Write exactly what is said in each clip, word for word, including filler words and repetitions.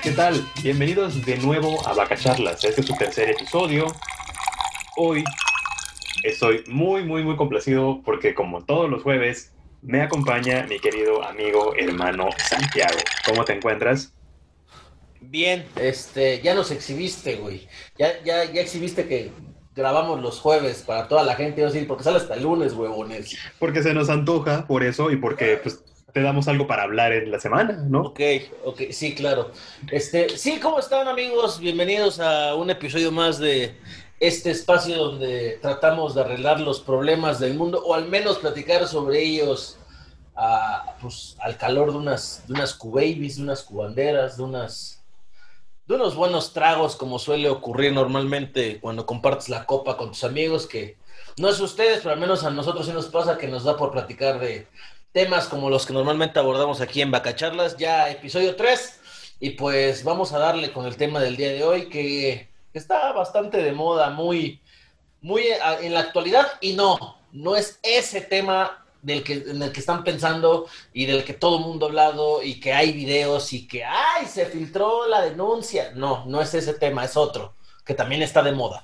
¿Qué tal? Bienvenidos de nuevo a Vacacharlas. Este es su tercer episodio. Hoy estoy muy, muy, muy complacido porque, como todos los jueves, me acompaña mi querido amigo, hermano Santiago. ¿Cómo te encuentras? Bien, este, ya nos exhibiste, güey. Ya, ya, ya exhibiste que grabamos los jueves para toda la gente, iba a decir, porque sale hasta el lunes, huevones. Porque se nos antoja, por eso, y porque pues te damos algo para hablar en la semana, ¿no? Ok, ok, sí, claro. Este, sí, ¿cómo están, amigos? Bienvenidos a un episodio más de este espacio donde tratamos de arreglar los problemas del mundo, o al menos platicar sobre ellos a, pues, al calor de unas, de unas cubabies, de unas cubanderas, de unas de unos buenos tragos, como suele ocurrir normalmente cuando compartes la copa con tus amigos, que no es ustedes, pero al menos a nosotros sí nos pasa que nos da por platicar de temas como los que normalmente abordamos aquí en Bacacharlas, ya episodio tres, y pues vamos a darle con el tema del día de hoy, que está bastante de moda, muy, muy en la actualidad, y no, no es ese tema del que, en el que están pensando y del que todo el mundo ha hablado y que hay videos y que ¡ay! Se filtró la denuncia. No, no es ese tema, es otro, que también está de moda.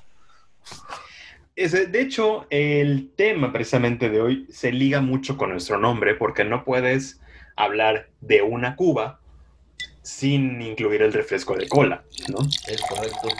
Ese, de hecho, el tema precisamente de hoy se liga mucho con nuestro nombre porque no puedes hablar de una Cuba sin incluir el refresco de cola, ¿no? Es correcto.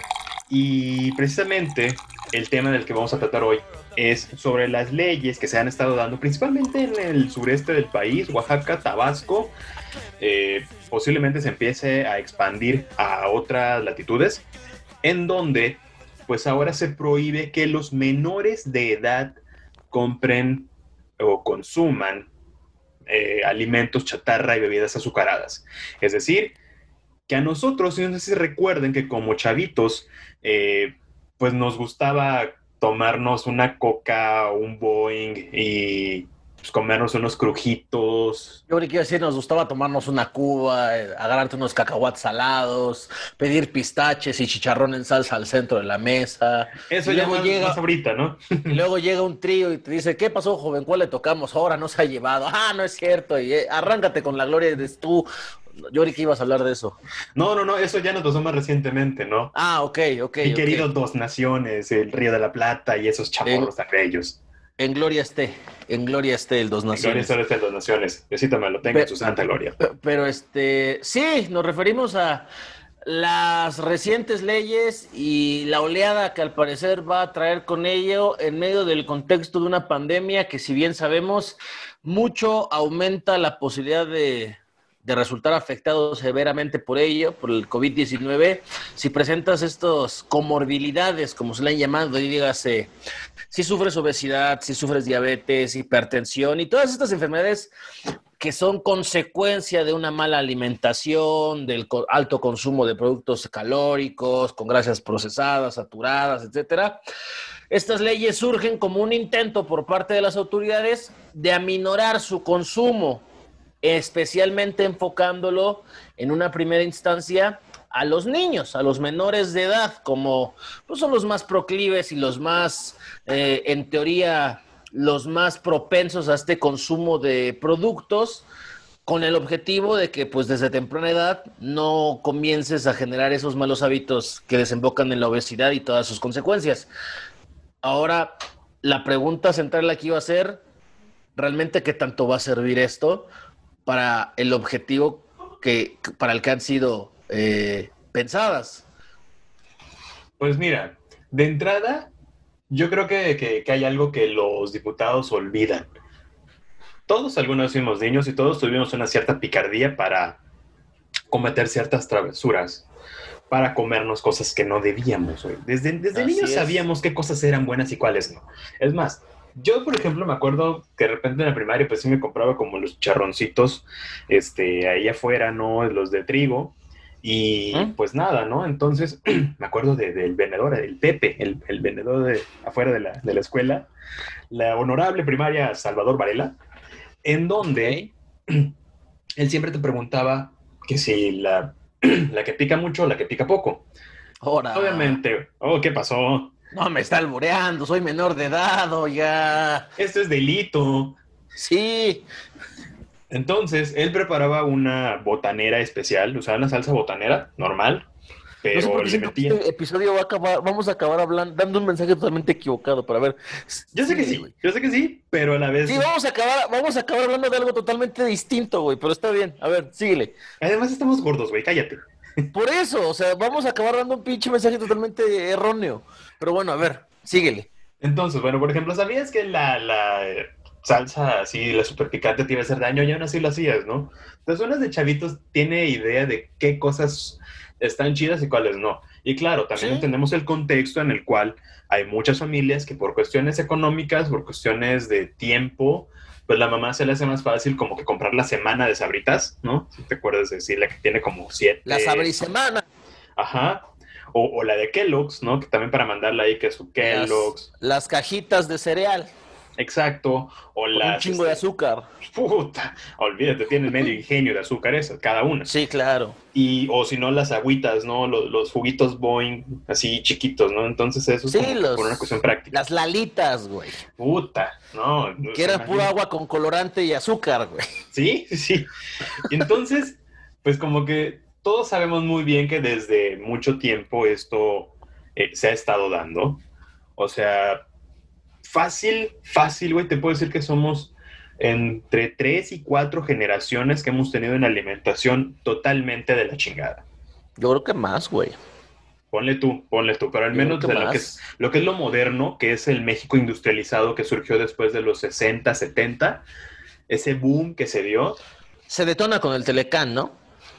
Y precisamente el tema del que vamos a tratar hoy es sobre las leyes que se han estado dando principalmente en el sureste del país, Oaxaca, Tabasco. Eh, posiblemente se empiece a expandir a otras latitudes, en donde pues ahora se prohíbe que los menores de edad compren o consuman eh, alimentos chatarra y bebidas azucaradas. Es decir, que a nosotros, no sé si recuerden que como chavitos, eh, pues nos gustaba tomarnos una coca o un Boeing y pues, comernos unos crujitos. Yo creo que iba a decir, nos gustaba tomarnos una cuba, eh, agarrarte unos cacahuates salados, pedir pistaches y chicharrón en salsa al centro de la mesa. Eso Y ya luego más, más llega, ahorita, ¿no? Y luego llega un trío y te dice, ¿qué pasó, joven? ¿Cuál le tocamos? Ahora no se ha llevado. Ah, no es cierto. Y eh, arráncate con la gloria de tú. Yo creí que ibas a hablar de eso. No, no, no, eso ya nos pasó más recientemente, ¿no? Ah, ok, ok, Mi ok. querido Dos Naciones, el Río de la Plata y esos En, chamorros tan bellos. en gloria esté, en gloria esté el Dos En gloria Naciones. solo están Dos Naciones. Diosito me lo tenga en Pe- su santa gloria. Pero, este, sí, nos referimos a las recientes leyes y la oleada que al parecer va a traer con ello en medio del contexto de una pandemia que, si bien sabemos, mucho aumenta la posibilidad de, de resultar afectado severamente por ello, por el COVID diecinueve. Si presentas estas comorbilidades, como se le han llamado, y dígase, si sufres obesidad, si sufres diabetes, hipertensión y todas estas enfermedades que son consecuencia de una mala alimentación, del co- alto consumo de productos calóricos, con grasas procesadas, saturadas, etcétera. Estas leyes surgen como un intento por parte de las autoridades de aminorar su consumo, especialmente enfocándolo en una primera instancia a los niños, a los menores de edad, como pues, son los más proclives y los más, eh, en teoría, los más propensos a este consumo de productos, con el objetivo de que pues desde temprana edad no comiences a generar esos malos hábitos que desembocan en la obesidad y todas sus consecuencias. Ahora, la pregunta central aquí va a ser, ¿realmente qué tanto va a servir esto para el objetivo que, para el que han sido eh, pensadas? Pues mira, de entrada, yo creo que, que, que hay algo que los diputados olvidan. Todos alguna vez fuimos niños y todos tuvimos una cierta picardía para cometer ciertas travesuras, para comernos cosas que no debíamos. Güey. Desde, desde niños Así es. sabíamos qué cosas eran buenas y cuáles no. Es más, yo, por ejemplo, me acuerdo que de repente en la primaria pues sí me compraba como los charroncitos este, ahí afuera, ¿no? Los de trigo. Y ¿Mm? pues nada, ¿no? Entonces me acuerdo de, del vendedor, el Pepe, el, el vendedor de afuera de la, de la escuela, la honorable primaria Salvador Varela, en Ok. donde él siempre te preguntaba que si la, la que pica mucho o la que pica poco. Ahora, Obviamente, oh, ¿qué pasó? no me está albureando, soy menor de edad, ya. Esto es delito. Sí, Entonces, él preparaba una botanera especial, usaba una salsa botanera normal, No sé por pero qué le siento que metía. este episodio va a acabar, vamos a acabar hablando, dando un mensaje totalmente equivocado, pero a ver, s- Yo sé que síguele, sí, güey. yo sé que sí, pero a la Sí, vez. vamos a acabar, vamos a acabar hablando de algo totalmente distinto, güey, pero está bien. A ver, síguele. Además, estamos gordos, güey, cállate. Por eso, o sea, vamos a acabar dando un pinche mensaje totalmente erróneo. Pero bueno, a ver, síguele. Entonces, bueno, por ejemplo, ¿sabías que la, la eh, salsa así, la super picante te iba a hacer daño? Y aún así lo hacías, ¿no? Entonces, unas de chavitos tiene idea de qué cosas están chidas y cuáles no. Y claro, también Sí, entendemos el contexto en el cual hay muchas familias que por cuestiones económicas, por cuestiones de tiempo, pues la mamá se le hace más fácil como que comprar la semana de Sabritas, ¿no? Si te acuerdas de decirle que tiene como la siete, sabrisemana, ajá, o, o la de Kellogg's, ¿no? Que también para mandarla ahí que es su las, Kellogg's. las cajitas de cereal Exacto, o con un las, chingo de este, azúcar. puta, olvídate, tienen medio ingenio de azúcar esas, cada una. Sí, claro. Y, o si no, las agüitas, ¿no? Los, los juguitos Boeing, así chiquitos, ¿no? Entonces eso es Sí, como que por una cuestión los, práctica. las lalitas, güey. Puta, no, no Que se era pura imagina. agua con colorante y azúcar, güey. Sí, sí. Y entonces, pues como que todos sabemos muy bien que desde mucho tiempo esto eh, se ha estado dando. O sea, fácil, fácil, güey, te puedo decir que somos entre tres y cuatro generaciones que hemos tenido una alimentación totalmente de la chingada. Yo creo que más, güey. Ponle tú, ponle tú, pero al Yo creo menos que de lo que es más. lo que es lo moderno, que es el México industrializado que surgió después de los sesenta, setenta, ese boom que se dio, Se detona con el Telecán, ¿no?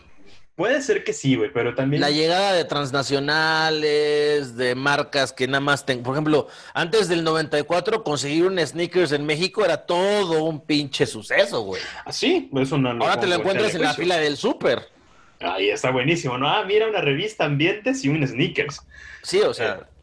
puede ser que sí, güey, pero La también llegada de transnacionales, de marcas que nada más, ten... por ejemplo, antes del noventa y cuatro conseguir un sneakers en México era todo un pinche suceso, güey. así, eso no lo Ahora te lo pongo en tela encuentras de en la juicio. fila del súper. Ahí está buenísimo, ¿no? Ah, mira una revista Ambientes y un sneakers. Sí, o Eh, sea,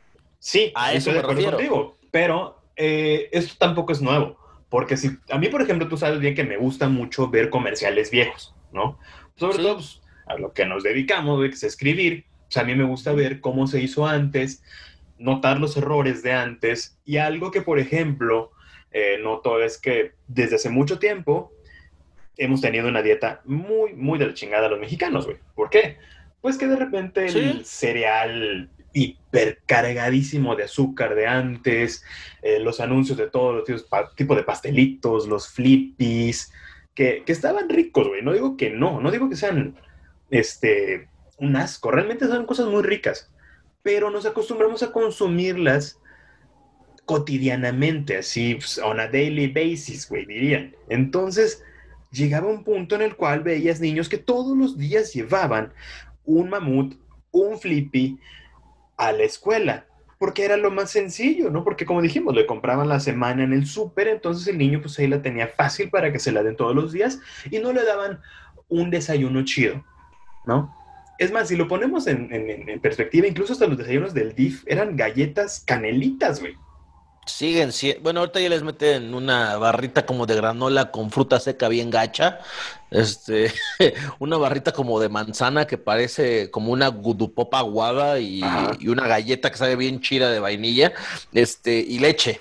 Sí, a ahí eso estoy de me acuerdo refiero. contigo, pero eh, esto tampoco es nuevo, porque si a mí, por ejemplo, tú sabes bien que me gusta mucho ver comerciales viejos, ¿no? Sobre todo Sí, pues, a lo que nos dedicamos, que es escribir, pues a mí me gusta ujú. ver cómo se hizo antes, notar los errores de antes, y algo que, por ejemplo, eh, noto es que desde hace mucho tiempo hemos tenido una dieta muy, muy de la chingada los mexicanos, güey. ¿Por qué? Pues que de repente Sí. el cereal hipercargadísimo de azúcar de antes, eh, los anuncios de todos los tipos, pa, tipo de pastelitos, los flippies, que, que estaban ricos, güey. No digo que no, no digo que sean este, un asco, realmente son cosas muy ricas, pero nos acostumbramos a consumirlas cotidianamente, así, pues, on a daily basis, güey, dirían. Entonces, llegaba un punto en el cual veías niños que todos los días llevaban un mamut, un flippy a la escuela, porque era lo más sencillo, ¿no? Porque como dijimos, le compraban la semana en el súper, entonces el niño pues ahí la tenía fácil para que se la den todos los días y no le daban un desayuno chido, ¿no? Es más, si lo ponemos en, en, en perspectiva, incluso hasta los desayunos del D I F eran galletas canelitas, güey. Siguen siendo, bueno, ahorita ya les meten una barrita como de granola con fruta seca bien gacha, este, una barrita como de manzana que parece como una gudupopa aguada y, Ajá. y una galleta que sabe bien chida de vainilla, este, y leche.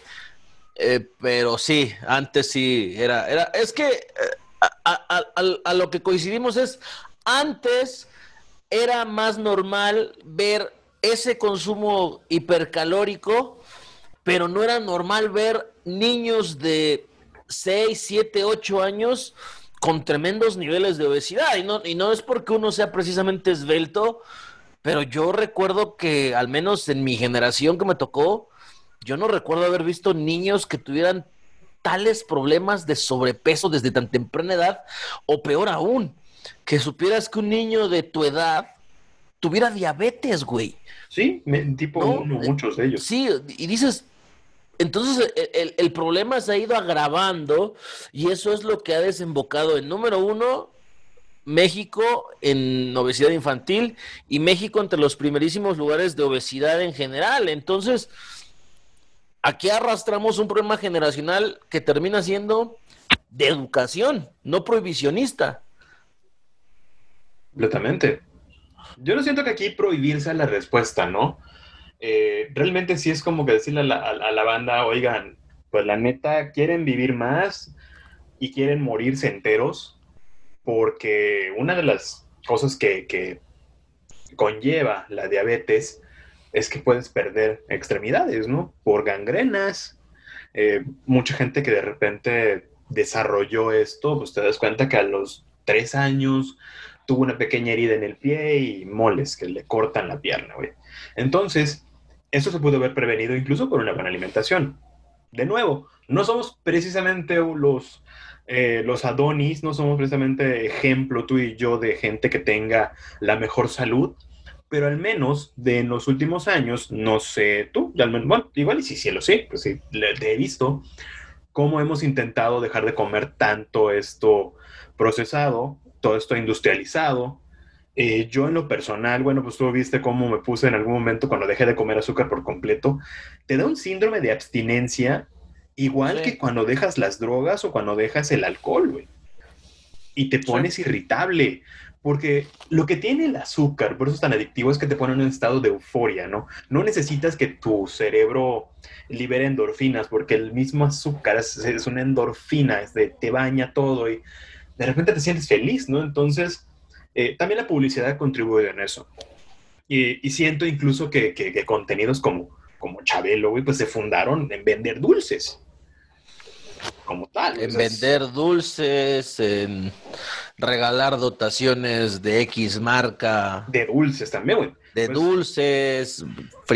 Eh, pero sí, antes sí era, era, es que eh, a, a- a- a lo que coincidimos es, antes era más normal ver ese consumo hipercalórico, pero no era normal ver niños de seis siete ocho años con tremendos niveles de obesidad. Y no, y no es porque uno sea precisamente esbelto, pero yo recuerdo que al menos en mi generación que me tocó, yo no recuerdo haber visto niños que tuvieran tales problemas de sobrepeso desde tan temprana edad, o peor aún, que supieras que un niño de tu edad tuviera diabetes, güey, Sí, me, tipo ¿no? uno, Eh, muchos de ellos. Sí, y dices, entonces el, el, el, problema se ha ido agravando y eso es lo que ha desembocado en número uno, México en obesidad infantil y México entre los primerísimos lugares de obesidad en general. Entonces, aquí arrastramos un problema generacional que termina siendo de educación, no prohibicionista. Completamente. Yo no siento que aquí prohibir sea la respuesta, ¿no? Eh, realmente sí es como que decirle a la, a, a la banda, oigan, pues la neta, quieren vivir más y quieren morirse enteros porque una de las cosas que, que conlleva la diabetes es que puedes perder extremidades, ¿no? Por gangrenas. Eh, mucha gente que de repente desarrolló esto, pues te das cuenta que a los tres años tuvo una pequeña herida en el pie y moles que le cortan la pierna, güey. Entonces, eso se pudo haber prevenido incluso con una buena alimentación. De nuevo, no somos precisamente los, eh, los Adonis, no somos precisamente ejemplo tú y yo de gente que tenga la mejor salud, pero al menos de en los últimos años, no sé tú, al menos, bueno, igual y sí, sí lo sé, pues sí, le, te he visto cómo hemos intentado dejar de comer tanto esto procesado, todo esto industrializado. Eh, yo en lo personal, bueno, pues tú viste cómo me puse en algún momento cuando dejé de comer azúcar por completo. Te da un síndrome de abstinencia igual Sí, que cuando dejas las drogas o cuando dejas el alcohol, güey. Y te sí. pones irritable. Porque lo que tiene el azúcar, por eso es tan adictivo, es que te pone en un estado de euforia, ¿no? No necesitas que tu cerebro libere endorfinas, porque el mismo azúcar es, es una endorfina, es de, te baña todo y de repente te sientes feliz, ¿no? Entonces, eh, también la publicidad contribuye en eso. Y, y siento incluso que, que, que contenidos como, como Chabelo, güey, pues se fundaron en vender dulces, como tal. O En sea, es vender dulces, en regalar dotaciones de X marca, de dulces también, güey. de Pues, dulces,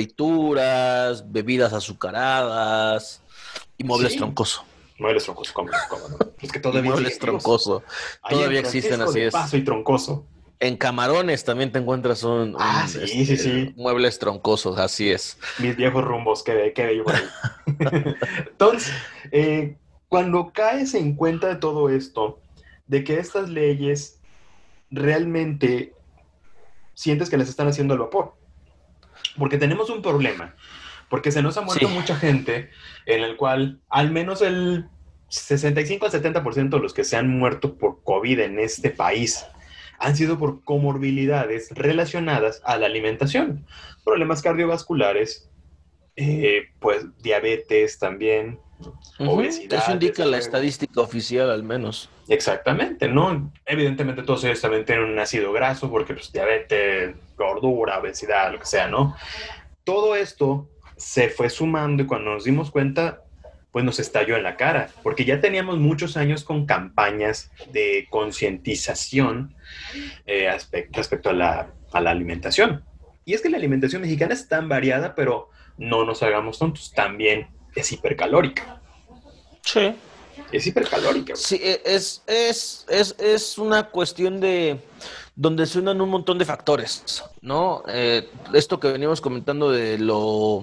frituras, bebidas azucaradas y muebles sí, troncoso. muebles troncoso, cómo no, cómo no. Es que Y todavía muebles siguen vivos. troncoso. Ahí en Todavía existen, Francisco así de es. Paso y Troncoso. En Camarones también te encuentras un, Ah, un, sí, sí, este, sí. muebles troncosos, así es. Mis viejos rumbos, que, que bello por ahí. Entonces, eh, cuando caes en cuenta de todo esto, de que estas leyes realmente sientes que las están haciendo al vapor, porque tenemos un problema, porque se nos ha muerto Sí, mucha gente en el cual al menos el sesenta y cinco al setenta por ciento de los que se han muerto por COVID en este país han sido por comorbilidades relacionadas a la alimentación, problemas cardiovasculares, eh, pues diabetes también, ujú, eso obesidad, indica desde la luego. estadística oficial al menos. Exactamente, ¿no? Evidentemente todos ellos también tienen un ácido graso porque pues diabetes, gordura, obesidad, lo que sea, ¿no? Todo esto se fue sumando y cuando nos dimos cuenta, pues nos estalló en la cara, porque ya teníamos muchos años con campañas de concientización eh, aspect- respecto a la, a la alimentación. Y es que la alimentación mexicana es tan variada, pero no nos hagamos tontos, también es hipercalórica. Sí. Es hipercalórica, güey. Sí, e- es, es, es, es una cuestión de donde se unen un montón de factores, ¿no? Eh, esto que venimos comentando de lo,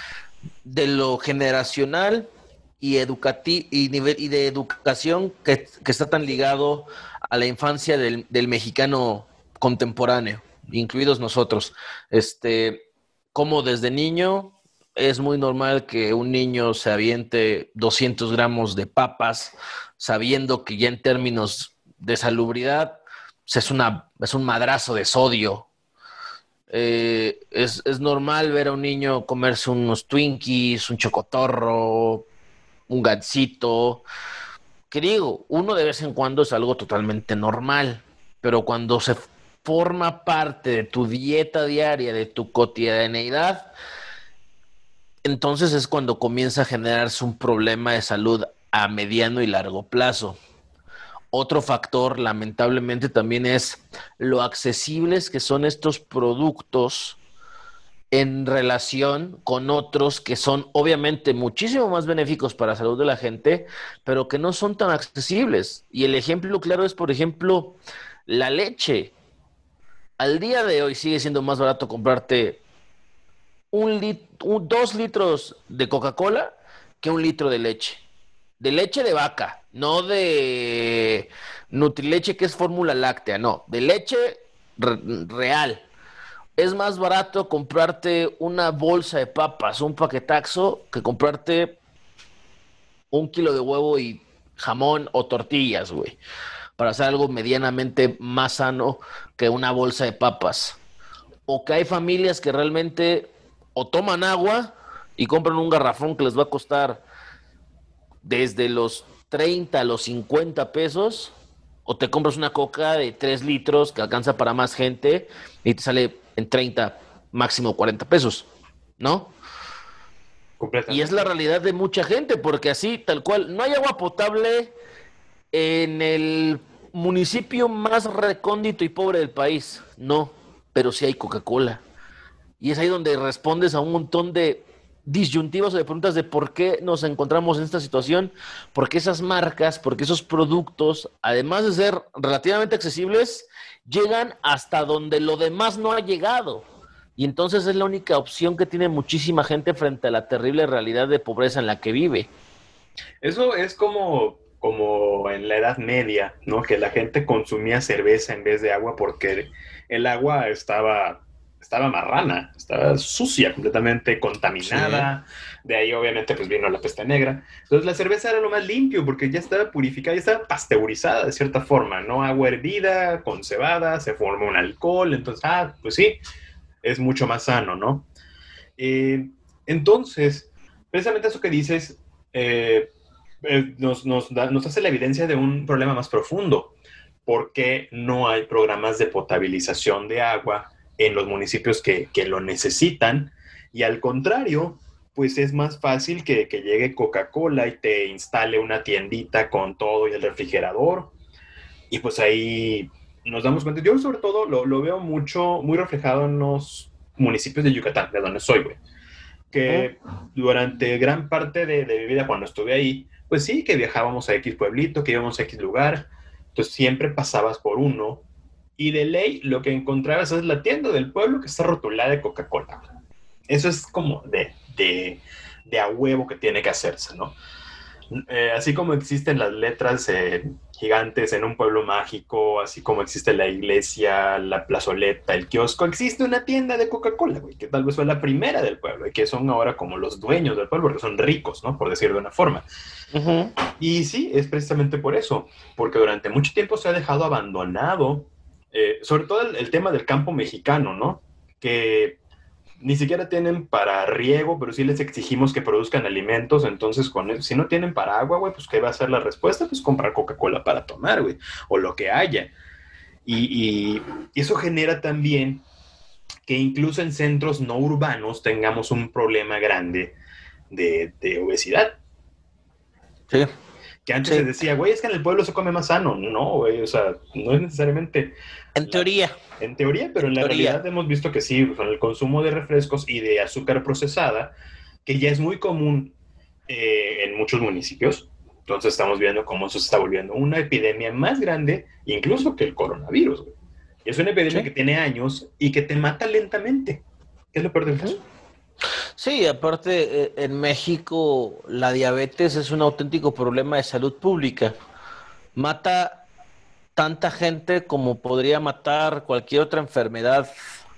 de lo generacional y educati y nivel y de educación que, que está tan ligado a la infancia del, del mexicano contemporáneo, incluidos nosotros. Este, como desde niño es muy normal que un niño se aviente doscientos gramos de papas, sabiendo que ya en términos de salubridad pues, es, una, es un madrazo de sodio. Eh, es, es normal ver a un niño comerse unos Twinkies, un chocotorro, un gansito, que digo, uno de vez en cuando es algo totalmente normal, pero cuando se forma parte de tu dieta diaria, de tu cotidianeidad, entonces es cuando comienza a generarse un problema de salud a mediano y largo plazo. Otro factor, lamentablemente, también es lo accesibles que son estos productos en relación con otros que son obviamente muchísimo más benéficos para la salud de la gente, pero que no son tan accesibles. Y el ejemplo claro es, por ejemplo, la leche. Al día de hoy sigue siendo más barato comprarte un lit un, dos litros de Coca-Cola que un litro de leche. De leche de vaca, no de Nutrileche que es fórmula láctea, no, de leche re real. Es más barato comprarte una bolsa de papas, un paquetaxo, que comprarte un kilo de huevo y jamón o tortillas, güey. Para hacer algo medianamente más sano que una bolsa de papas. O que hay familias que realmente o toman agua y compran un garrafón que les va a costar desde los treinta a los cincuenta pesos, o te compras una coca de tres litros que alcanza para más gente y te sale en treinta, máximo cuarenta pesos, ¿no? Y es la realidad de mucha gente, porque así, tal cual, no hay agua potable en el municipio más recóndito y pobre del país, no, pero sí hay Coca-Cola. Y es ahí donde respondes a un montón de disyuntivas o de preguntas de por qué nos encontramos en esta situación, porque esas marcas, porque esos productos, además de ser relativamente accesibles, llegan hasta donde lo demás no ha llegado. Y entonces es la única opción que tiene muchísima gente frente a la terrible realidad de pobreza en la que vive. Eso es como, como en la Edad Media, ¿no? Que la gente consumía cerveza en vez de agua porque el agua estaba, estaba marrana, estaba sucia, completamente contaminada. Sí. De ahí obviamente pues vino la peste negra. Entonces la cerveza era lo más limpio porque ya estaba purificada, ya estaba pasteurizada de cierta forma, ¿no? Agua hervida, con cebada, se forma un alcohol, entonces, ah, pues sí, es mucho más sano, ¿no? Eh, entonces, precisamente eso que dices eh, eh, nos, nos, da, nos hace la evidencia de un problema más profundo. ¿Por qué no hay programas de potabilización de agua en los municipios que, que lo necesitan? Y al contrario, pues es más fácil que, que llegue Coca-Cola y te instale una tiendita con todo y el refrigerador. Y pues ahí nos damos cuenta. Yo sobre todo lo, lo veo mucho, muy reflejado en los municipios de Yucatán, de donde soy, güey. Que durante gran parte de, de mi vida, cuando estuve ahí, pues sí, que viajábamos a X pueblito, que íbamos a X lugar. Entonces siempre pasabas por uno. Y de ley, lo que encontrabas es la tienda del pueblo que está rotulada de Coca-Cola. Eso es como de, de, de a huevo que tiene que hacerse, ¿no? Eh, así como existen las letras eh, gigantes en un pueblo mágico, así como existe la iglesia, la plazoleta, el kiosco, existe una tienda de Coca-Cola, güey, que tal vez fue la primera del pueblo y que son ahora como los dueños del pueblo, porque son ricos, ¿no? Por decir de una forma. Uh-huh. Y sí, es precisamente por eso, porque durante mucho tiempo se ha dejado abandonado, eh, sobre todo el, el tema del campo mexicano, ¿no? Que ni siquiera tienen para riego, pero sí les exigimos que produzcan alimentos, entonces con, si no tienen para agua, güey, pues ¿qué va a ser la respuesta? Pues comprar Coca-Cola para tomar, güey, o lo que haya. Y, y eso genera también que incluso en centros no urbanos tengamos un problema grande de, de obesidad. Sí. Que antes sí. se decía, güey, es que en el pueblo se come más sano. No, güey, o sea, no es necesariamente... En la, teoría. En teoría, pero en, en la teoría. realidad hemos visto que sí, con el consumo de refrescos y de azúcar procesada, que ya es muy común eh, en muchos municipios. Entonces estamos viendo cómo eso se está volviendo una epidemia más grande, incluso que el coronavirus, güey. Y es una epidemia ¿sí? que tiene años y que te mata lentamente. ¿Qué es lo peor del caso? Sí, aparte en México la diabetes es un auténtico problema de salud pública. Mata tanta gente como podría matar cualquier otra enfermedad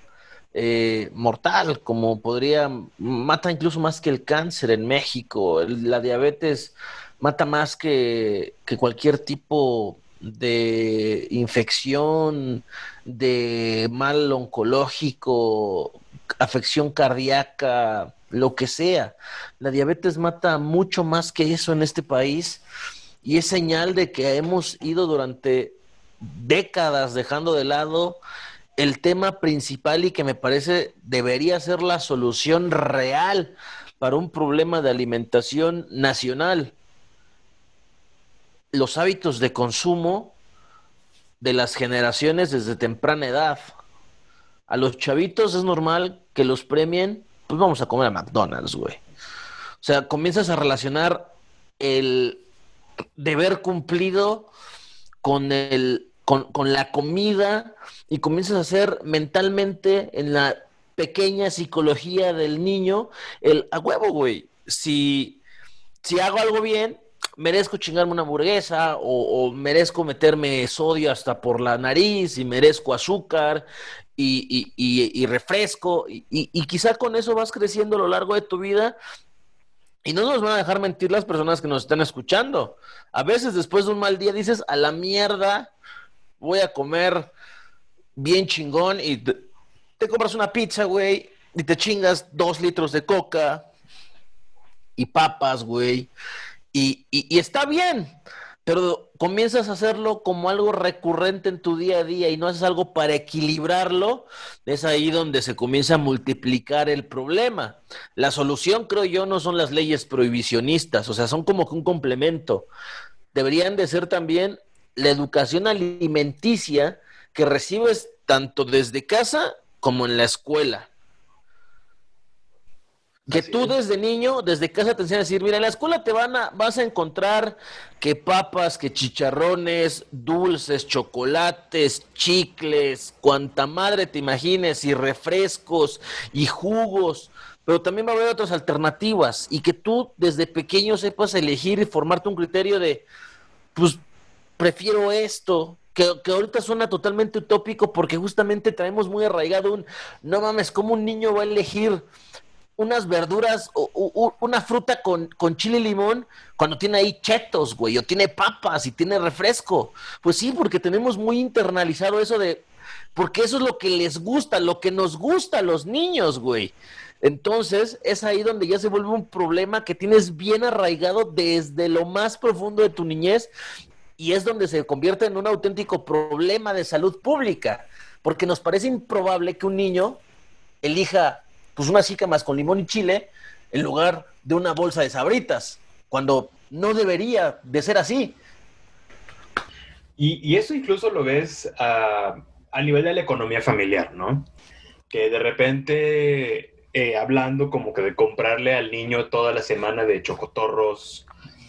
eh, mortal, como podría, mata incluso más que el cáncer en México. La diabetes mata más que, que cualquier tipo de infección, de mal oncológico, afección cardíaca, lo que sea. La diabetes mata mucho más que eso en este país y es señal de que hemos ido durante décadas dejando de lado el tema principal y que me parece debería ser la solución real para un problema de alimentación nacional. Los hábitos de consumo de las generaciones desde temprana edad. A los chavitos es normal que los premien, pues vamos a comer a McDonald's, güey. O sea, comienzas a relacionar el deber cumplido con el con, con la comida y comienzas a hacer mentalmente en la pequeña psicología del niño el a huevo, güey. Si, si hago algo bien, merezco chingarme una hamburguesa o, o merezco meterme sodio hasta por la nariz y merezco azúcar y, y, y, y refresco y, y, y quizá con eso vas creciendo a lo largo de tu vida. Y no nos van a dejar mentir las personas que nos están escuchando. A veces después de un mal día dices, a la mierda, voy a comer bien chingón y te, te compras una pizza, güey, y te chingas dos litros de coca y papas, güey. Y, y, y está bien, pero comienzas a hacerlo como algo recurrente en tu día a día y no haces algo para equilibrarlo, es ahí donde se comienza a multiplicar el problema. La solución, creo yo, no son las leyes prohibicionistas, o sea, son como que un complemento. Deberían de ser también la educación alimenticia que recibes tanto desde casa como en la escuela. Que Así tú es. desde niño, desde casa te enseñan a decir, mira, en la escuela te van a, vas a encontrar que papas, que chicharrones, dulces, chocolates, chicles, cuanta madre te imagines, y refrescos, y jugos, pero también va a haber otras alternativas, y que tú desde pequeño sepas elegir y formarte un criterio de, pues, prefiero esto, que, que ahorita suena totalmente utópico porque justamente traemos muy arraigado un, no mames, ¿cómo un niño va a elegir unas verduras o, o- una fruta con, con chile y limón cuando tiene ahí chetos, güey, o tiene papas y tiene refresco? Pues sí, porque tenemos muy internalizado eso de, porque eso es lo que les gusta, lo que nos gusta a los niños, güey. Entonces, es ahí donde ya se vuelve un problema que tienes bien arraigado desde lo más profundo de tu niñez y es donde se convierte en un auténtico problema de salud pública, porque nos parece improbable que un niño elija pues unas jícamas con limón y chile en lugar de una bolsa de Sabritas, cuando no debería de ser así. Y, y eso incluso lo ves a, a nivel de la economía familiar, ¿no? Que de repente, eh, hablando como que de comprarle al niño toda la semana de chocotorros,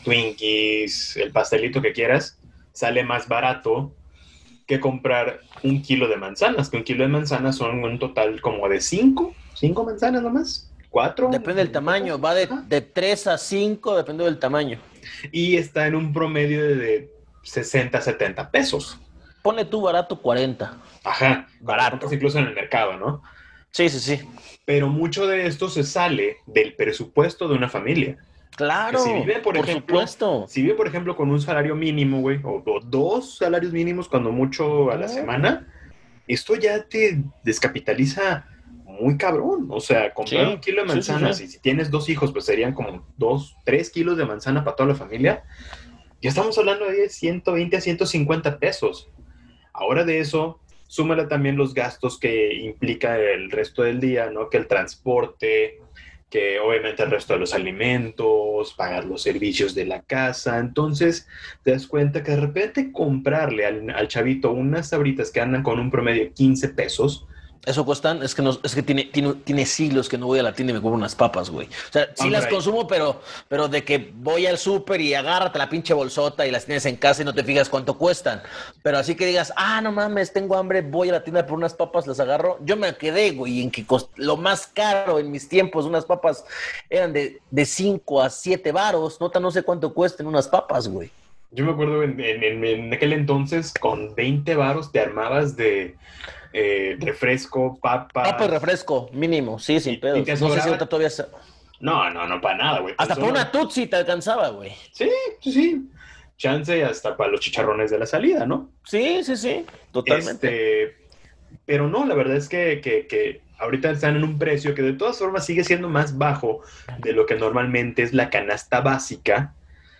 Twinkies, el pastelito que quieras, sale más barato que comprar un kilo de manzanas, que un kilo de manzanas son un total como de cinco, cinco manzanas nomás, cuatro. Depende del tamaño, va de, de tres a cinco, depende del tamaño. Y está en un promedio de sesenta, setenta pesos. Pone tú barato cuarenta. Ajá, cuando lo compras Barato. incluso en el mercado, ¿no? Sí, sí, sí. Pero mucho de esto se sale del presupuesto de una familia. Que si Claro, vive, por por ejemplo, supuesto. si vive, por ejemplo, con un salario mínimo, güey, o, o dos salarios mínimos, cuando mucho a la No. semana, esto ya te descapitaliza muy cabrón. O sea, comprar un Sí, kilo de sí, sí, manzanas sí. y si tienes dos hijos, pues serían como dos, tres kilos de manzana para toda la familia. Ya estamos hablando de ciento veinte a ciento cincuenta pesos. Ahora de eso, súmale también los gastos que implica el resto del día, ¿no? Que el transporte, que obviamente el resto de los alimentos, pagar los servicios de la casa. Entonces, te das cuenta que de repente comprarle al, al chavito unas sabritas que andan con un promedio de quince pesos. Eso cuestan, es que, no, es que tiene, tiene, tiene siglos que no voy a la tienda y me compro unas papas, güey. O sea, sí Van por las ahí. consumo, pero, pero de que voy al súper y agárrate la pinche bolsota y las tienes en casa y no te fijas cuánto cuestan. Pero así que digas, ah, no mames, tengo hambre, voy a la tienda por unas papas, las agarro. Yo me quedé, güey, en que cost... lo más caro en mis tiempos, unas papas eran de, de cinco a siete varos. Nota, no sé cuánto cuesten unas papas, güey. Yo me acuerdo en, en, en aquel entonces, con veinte varos te armabas de eh, refresco, Papa y papas, refresco, mínimo, sí, sin y, y pedos. te No sé si sobraban. ahorita todavía... Se... No, no, no, para nada, güey. Tan Hasta por solo. una Tutsi te alcanzaba, güey. Sí, sí, sí. Chance hasta para los chicharrones de la salida, ¿no? Sí, sí, sí, totalmente. Este, pero no, la verdad es que, que, que ahorita están en un precio que de todas formas sigue siendo más bajo de lo que normalmente es la canasta básica.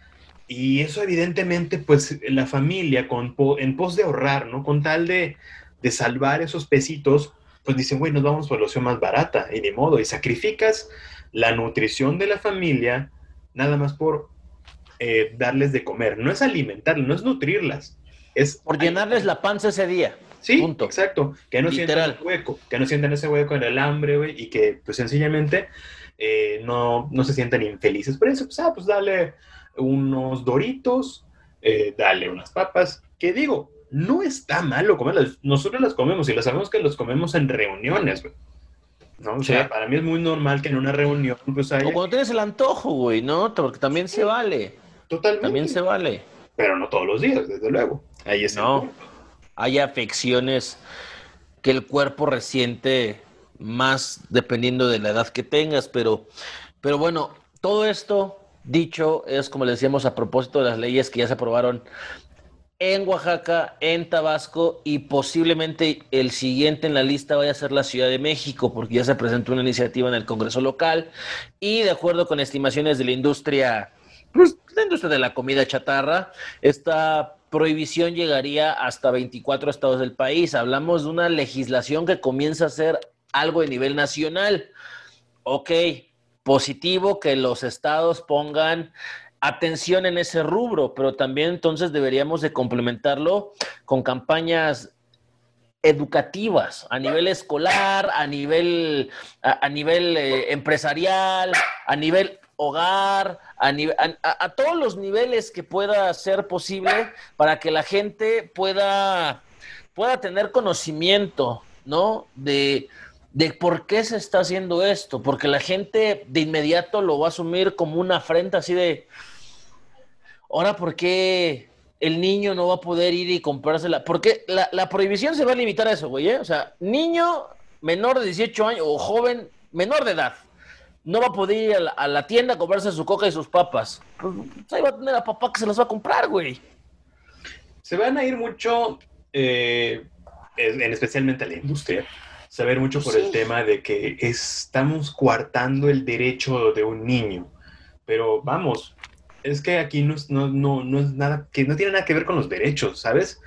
Y eso evidentemente, pues la familia con, en pos de ahorrar, ¿no? Con tal de, de salvar esos pesitos, pues dicen, güey, nos vamos por la opción más barata, y ni modo, y sacrificas la nutrición de la familia nada más por eh, darles de comer. No es alimentarlas, no es nutrirlas, es Por llenarles alimentar. la panza ese día. Sí, Punto. exacto. Que no sientan Literal. un hueco, que no sientan ese hueco en el hambre, güey, y que pues sencillamente eh, no, no se sientan infelices por eso. Pues, ah, pues dale unos doritos, eh, dale unas papas. Que digo, no está malo comerlas. Nosotros las comemos y las sabemos que las comemos en reuniones, güey. ¿No? O Sí. sea, para mí es muy normal que en una reunión pues haya... O cuando tienes el antojo, güey, ¿no? Porque también Sí, se vale. También totalmente. se vale. Pero no todos los días, desde luego. Ahí es el No. punto. Hay afecciones que el cuerpo resiente más dependiendo de la edad que tengas, pero, pero bueno, todo esto dicho es, como le decíamos, a propósito de las leyes que ya se aprobaron en Oaxaca, en Tabasco y posiblemente el siguiente en la lista vaya a ser la Ciudad de México, porque ya se presentó una iniciativa en el Congreso local y de acuerdo con estimaciones de la industria pues, la industria de la comida chatarra. Esta prohibición llegaría hasta veinticuatro estados del país. Hablamos de una legislación que comienza a ser algo de nivel nacional. Ok, positivo que los estados pongan atención en ese rubro, pero también entonces deberíamos de complementarlo con campañas educativas a nivel escolar, a nivel, a, a nivel eh, empresarial, a nivel hogar, a, nive- a, a, a todos los niveles que pueda ser posible para que la gente pueda, pueda tener conocimiento, ¿no? De, de por qué se está haciendo esto, porque la gente de inmediato lo va a asumir como una afrenta así de, ahora, ¿por qué el niño no va a poder ir y comprársela? Porque la, la prohibición se va a limitar a eso, güey, ¿eh? O sea, niño menor de dieciocho años o joven menor de edad no va a poder ir a la, a la tienda a comprarse su coca y sus papas. Pues ahí va a tener a papá que se las va a comprar, güey. Se van a ir mucho, eh, en, en especialmente a la industria, se va a ir mucho Pues por el sí. tema de que estamos coartando el derecho de un niño. Pero vamos, es que aquí no, es- no, no, no es nada, que no tiene nada que ver con los derechos, ¿sabes?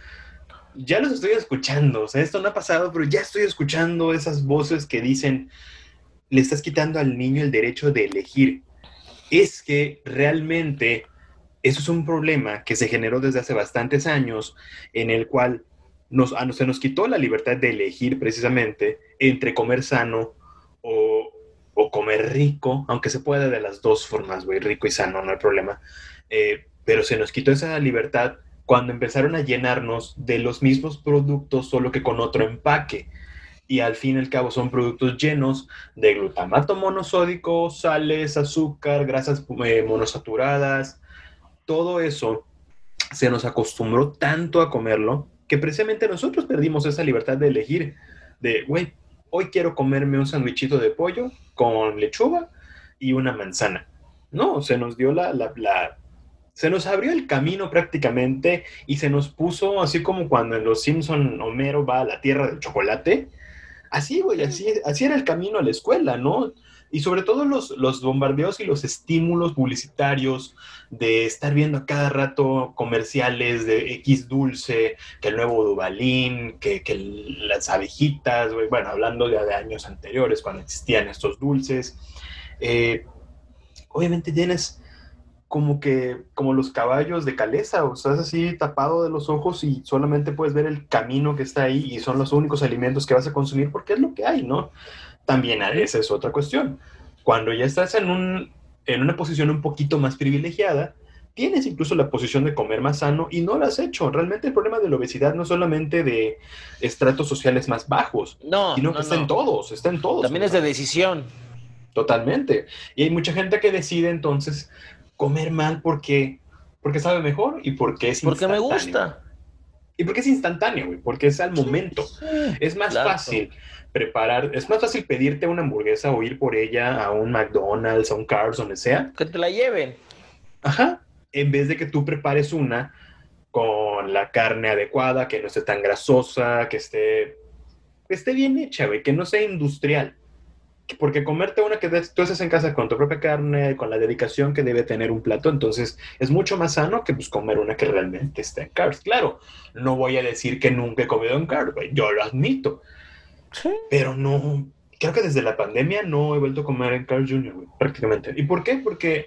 Ya los estoy escuchando, o sea, esto no ha pasado, pero ya estoy escuchando esas voces que dicen, le estás quitando al niño el derecho de elegir. Es que realmente eso es un problema que se generó desde hace bastantes años, en el cual nos, a, se nos quitó la libertad de elegir precisamente entre comer sano o, o comer rico, aunque se pueda de las dos formas, güey, rico y sano, no hay problema. Eh, pero se nos quitó esa libertad cuando empezaron a llenarnos de los mismos productos, solo que con otro empaque. Y al fin y al cabo son productos llenos de glutamato monosódico, sales, azúcar, grasas eh, monosaturadas, todo eso se nos acostumbró tanto a comerlo que precisamente nosotros perdimos esa libertad de elegir, de, güey, hoy quiero comerme un sandwichito de pollo con lechuga y una manzana. No, se nos dio la, la, la, se nos abrió el camino prácticamente y se nos puso así como cuando en Los Simpson Homero va a la tierra del chocolate. Así, güey, así, así era el camino a la escuela, ¿no? Y sobre todo los, los bombardeos y los estímulos publicitarios de estar viendo a cada rato comerciales de X dulce, que el nuevo Dubalín, que, que las abejitas, güey, bueno, hablando de, de años anteriores, cuando existían estos dulces. Eh, Obviamente tienes como que, como los caballos de Calesa, o estás así tapado de los ojos y solamente puedes ver el camino que está ahí y son los únicos alimentos que vas a consumir porque es lo que hay, ¿no? También esa es otra cuestión. Cuando ya estás en, un, en una posición un poquito más privilegiada, tienes incluso la posición de comer más sano y no lo has hecho. Realmente el problema de la obesidad no es solamente de estratos sociales más bajos, No, sino que no, está en no. todos, está en todos, También es de hermano. decisión. Totalmente. Y hay mucha gente que decide entonces comer mal porque, porque sabe mejor y porque es Porque me instantáneo. gusta. Y porque es instantáneo, güey, porque es al Sí, momento. sí, Es más claro. fácil preparar, es más fácil pedirte una hamburguesa o ir por ella a un McDonald's, a un Cars, donde sea. Que te la lleven. Ajá. En vez de que tú prepares una con la carne adecuada, que no esté tan grasosa, que esté, que esté bien hecha, güey, que no sea industrial. Porque comerte una que tú haces en casa con tu propia carne, con la dedicación que debe tener un plato, entonces es mucho más sano que pues, comer una que realmente está en carbs. Claro, no voy a decir que nunca he comido en carbs, güey, yo lo admito, Sí. pero no, creo que desde la pandemia no he vuelto a comer en Carl junior, güey, prácticamente. ¿Y por qué? Porque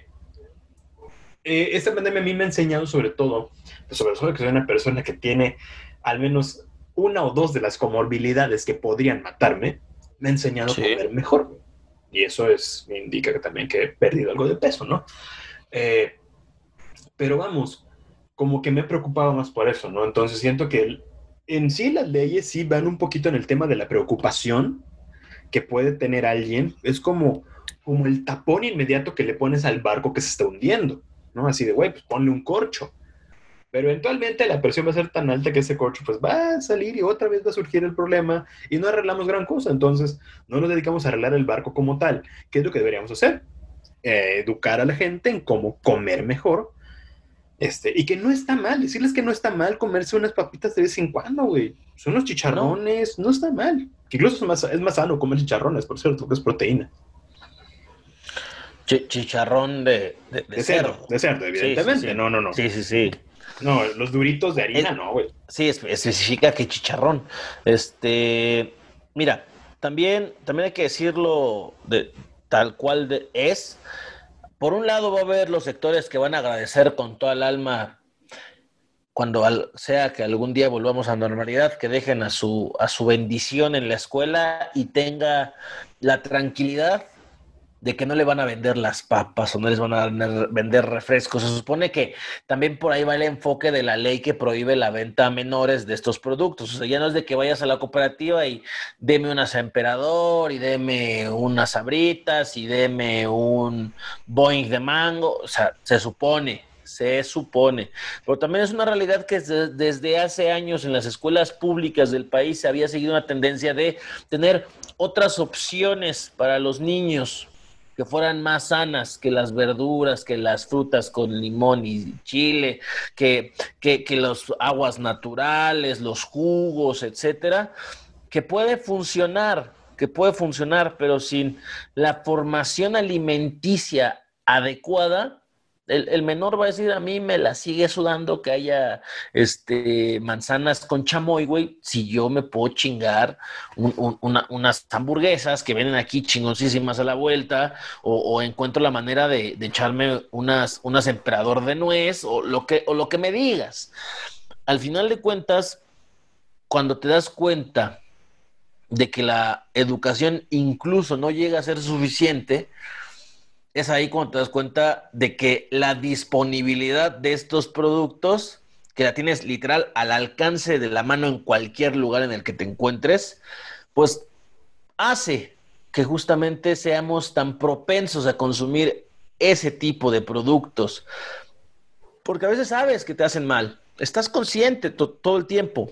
eh, esta pandemia a mí me ha enseñado sobre todo, pues, sobre todo que soy una persona que tiene al menos una o dos de las comorbilidades que podrían matarme, me ha enseñado a Sí. comer mejor. Y eso es, me indica que también que he perdido algo de peso, ¿no? Eh, pero vamos, como que me he preocupado más por eso, ¿no? Entonces siento que el, en sí las leyes sí van un poquito en el tema de la preocupación que puede tener alguien. Es como, como el tapón inmediato que le pones al barco que se está hundiendo, ¿no? Así de, güey, pues ponle un corcho. Pero eventualmente la presión va a ser tan alta que ese corcho pues va a salir y otra vez va a surgir el problema y no arreglamos gran cosa. Entonces no nos dedicamos a arreglar el barco como tal. ¿Qué es lo que deberíamos hacer? Eh, educar a la gente en cómo comer mejor. Este, y que no está mal, decirles que no está mal comerse unas papitas de vez en cuando, güey. Son unos No. chicharrones, no está mal. Que incluso es más, es más sano comer chicharrones, por cierto, que es proteína. Ch- chicharrón de, de, de De cerdo, cerdo. de cerdo, evidentemente. Sí, sí, sí. No, no, no. Sí, sí, sí. No, los duritos de harina, Es- no, güey. sí, es- especifica que chicharrón. Este, mira, también, también hay que decirlo de tal cual de- es. Por un lado va a haber los sectores que van a agradecer con toda el alma cuando al- sea que algún día volvamos a normalidad, que dejen a su, a su bendición en la escuela y tenga la tranquilidad de que no le van a vender las papas o no les van a vender refrescos. Se supone que también por ahí va el enfoque de la ley que prohíbe la venta a menores de estos productos. O sea, ya no es de que vayas a la cooperativa y deme unas Emperador y deme unas Sabritas y deme un Boing de mango. O sea, se supone, se supone. Pero también es una realidad que desde, desde hace años en las escuelas públicas del país se había seguido una tendencia de tener otras opciones para los niños que fueran más sanas que las verduras, que las frutas con limón y chile, que, que, que los aguas naturales, los jugos, etcétera, que puede funcionar, que puede funcionar, pero sin la formación alimenticia adecuada, el, el menor va a decir, a mí me la sigue sudando que haya este, manzanas con chamoy, güey, si yo me puedo chingar un, un, una, unas hamburguesas que vienen aquí chingoncísimas a la vuelta, o, o encuentro la manera de, de echarme unas, unas emperador de nuez, o lo, que, o lo que me digas. Al final de cuentas, cuando te das cuenta de que la educación incluso no llega a ser suficiente, es ahí cuando te das cuenta de que la disponibilidad de estos productos, que la tienes literal al alcance de la mano en cualquier lugar en el que te encuentres, pues hace que justamente seamos tan propensos a consumir ese tipo de productos. Porque a veces sabes que te hacen mal, estás consciente to- todo el tiempo,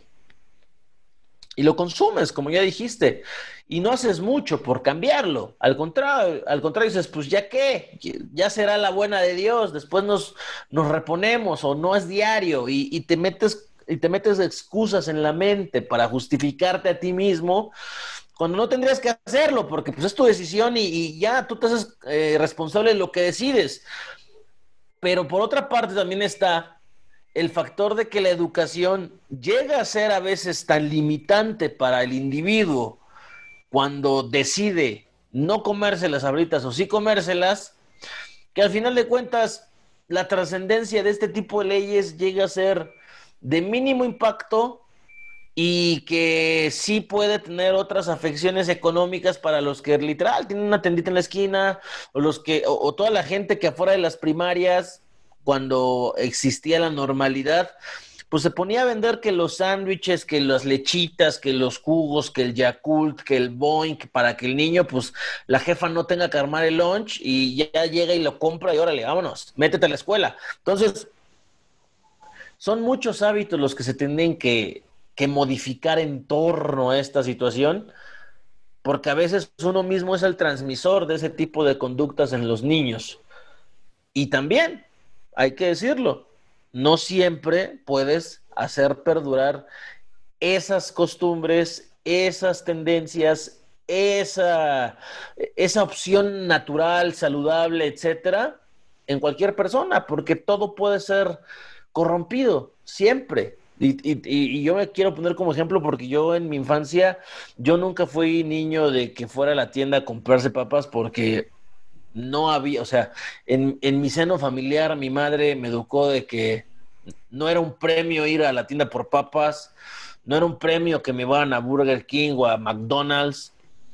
y lo consumes, como ya dijiste, y no haces mucho por cambiarlo. Al contrario, al contrario dices, pues ya qué, ya será la buena de Dios, después nos, nos reponemos o no es diario y, y te metes y te metes excusas en la mente para justificarte a ti mismo cuando no tendrías que hacerlo, porque pues es tu decisión y, y ya tú te haces eh, responsable de lo que decides. Pero por otra parte también está el factor de que la educación llega a ser a veces tan limitante para el individuo cuando decide no comerse las abritas o sí comérselas, que al final de cuentas la trascendencia de este tipo de leyes llega a ser de mínimo impacto y que sí puede tener otras afecciones económicas para los que literal tienen una tendita en la esquina o los que o, o toda la gente que afuera de las primarias cuando existía la normalidad pues se ponía a vender que los sándwiches, que las lechitas, que los jugos, que el Yakult, que el Boink, para que el niño, pues la jefa no tenga que armar el lunch y ya llega y lo compra y órale, vámonos, métete a la escuela. Entonces, son muchos hábitos los que se tienen que, que modificar en torno a esta situación, porque a veces uno mismo es el transmisor de ese tipo de conductas en los niños. Y también, hay que decirlo, no siempre puedes hacer perdurar esas costumbres, esas tendencias, esa, esa opción natural, saludable, etcétera, en cualquier persona, porque todo puede ser corrompido, siempre. Y, y, y, yo me quiero poner como ejemplo porque yo en mi infancia, yo nunca fui niño de que fuera a la tienda a comprarse papas porque no había, o sea, en, en mi seno familiar mi madre me educó de que no era un premio ir a la tienda por papas, no era un premio que me iban a Burger King o a McDonald's.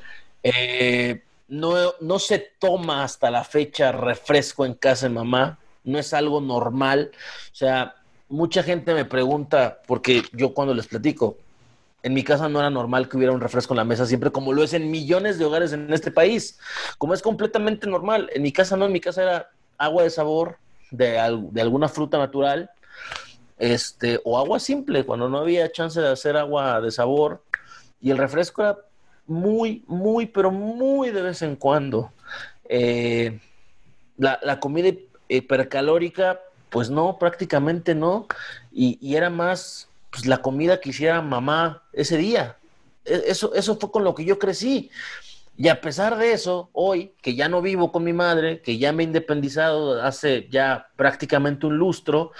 Eh, no, no se toma hasta la fecha refresco en casa de mamá, no es algo normal. O sea, mucha gente me pregunta, porque yo cuando les platico, en mi casa no era normal que hubiera un refresco en la mesa siempre, como lo es en millones de hogares en este país, como es completamente normal. En mi casa no, en mi casa era agua de sabor de, de alguna fruta natural, este, o agua simple, cuando no había chance de hacer agua de sabor, y el refresco era muy, muy, pero muy de vez en cuando. Eh, la, la comida hipercalórica, pues no, prácticamente no, y, y era más pues, la comida que hiciera mamá ese día. Eso, eso fue con lo que yo crecí. Y a pesar de eso, hoy, que ya no vivo con mi madre, que ya me he independizado hace ya prácticamente un lustro,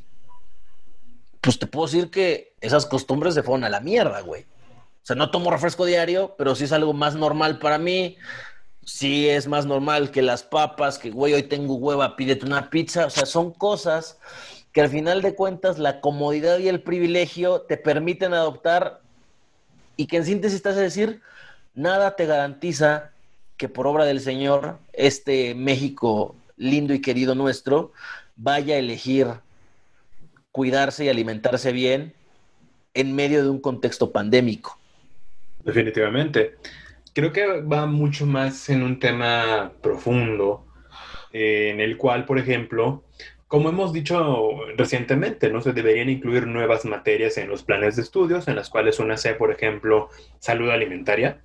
pues te puedo decir que esas costumbres se fueron a la mierda, güey. O sea, no tomo refresco diario, pero sí es algo más normal para mí. Sí es más normal que las papas, que güey, hoy tengo hueva, pídete una pizza. O sea, son cosas que al final de cuentas la comodidad y el privilegio te permiten adoptar y que en síntesis te hace decir, nada te garantiza que por obra del Señor este México lindo y querido nuestro vaya a elegir cuidarse y alimentarse bien en medio de un contexto pandémico. Definitivamente. Creo que va mucho más en un tema profundo, eh, en el cual, por ejemplo, como hemos dicho recientemente, ¿no? Se deberían incluir nuevas materias en los planes de estudios, en las cuales una sea, por ejemplo, salud alimentaria,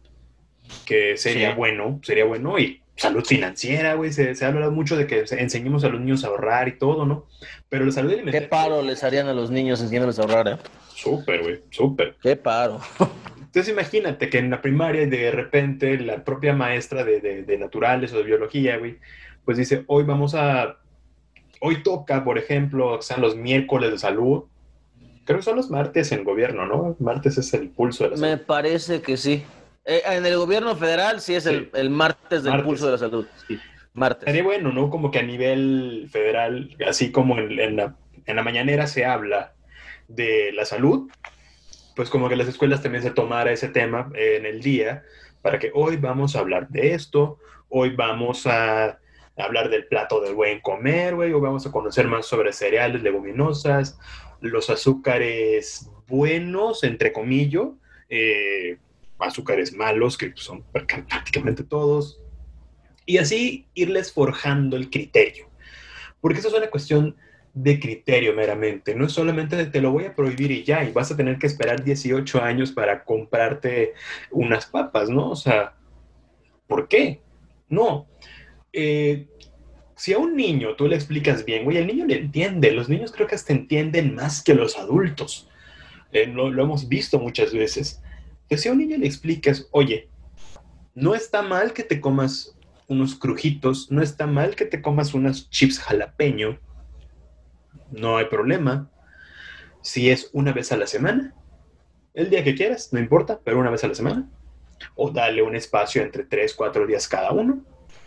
que sería Sí. bueno, sería bueno, y salud financiera, güey, se, se ha hablado mucho de que enseñemos a los niños a ahorrar y todo, ¿no? Pero la salud ¿Qué alimentaria, paro les harían a los niños enseñándoles a ahorrar, eh? súper, güey, súper. ¿Qué paro? Entonces imagínate que en la primaria de repente la propia maestra de, de, de naturales o de biología, güey, pues dice, hoy vamos a, hoy toca, por ejemplo, que sean los miércoles de salud. Creo que son los martes en gobierno, ¿no? Martes es el pulso de la Me salud. parece que sí. Eh, en el gobierno federal sí es el, Sí, el martes del pulso de martes. la salud. Sí, Sería martes. bueno, ¿no? Como que a nivel federal, así como en, en, la, en la mañanera se habla de la salud, pues como que las escuelas también se tomara ese tema en el día para que hoy vamos a hablar de esto, hoy vamos a hablar del plato del buen comer, güey, hoy vamos a conocer más sobre cereales, leguminosas, los azúcares buenos, entre comillas, eh, azúcares malos, que son prácticamente todos, y así irles forjando el criterio. Porque eso es una cuestión de criterio meramente, no es solamente de te lo voy a prohibir y ya, y vas a tener que esperar dieciocho años para comprarte unas papas, ¿no? O sea, ¿por qué? No. Eh, si a un niño tú le explicas bien, güey, el niño le entiende, los niños creo que hasta entienden más que los adultos, eh, lo, lo hemos visto muchas veces. Entonces, si a un niño le explicas, oye, no está mal que te comas unos crujitos, no está mal que te comas unos chips jalapeño, no hay problema. Si es una vez a la semana, el día que quieras, no importa, pero una vez a la semana. O dale un espacio entre tres, cuatro días cada uno.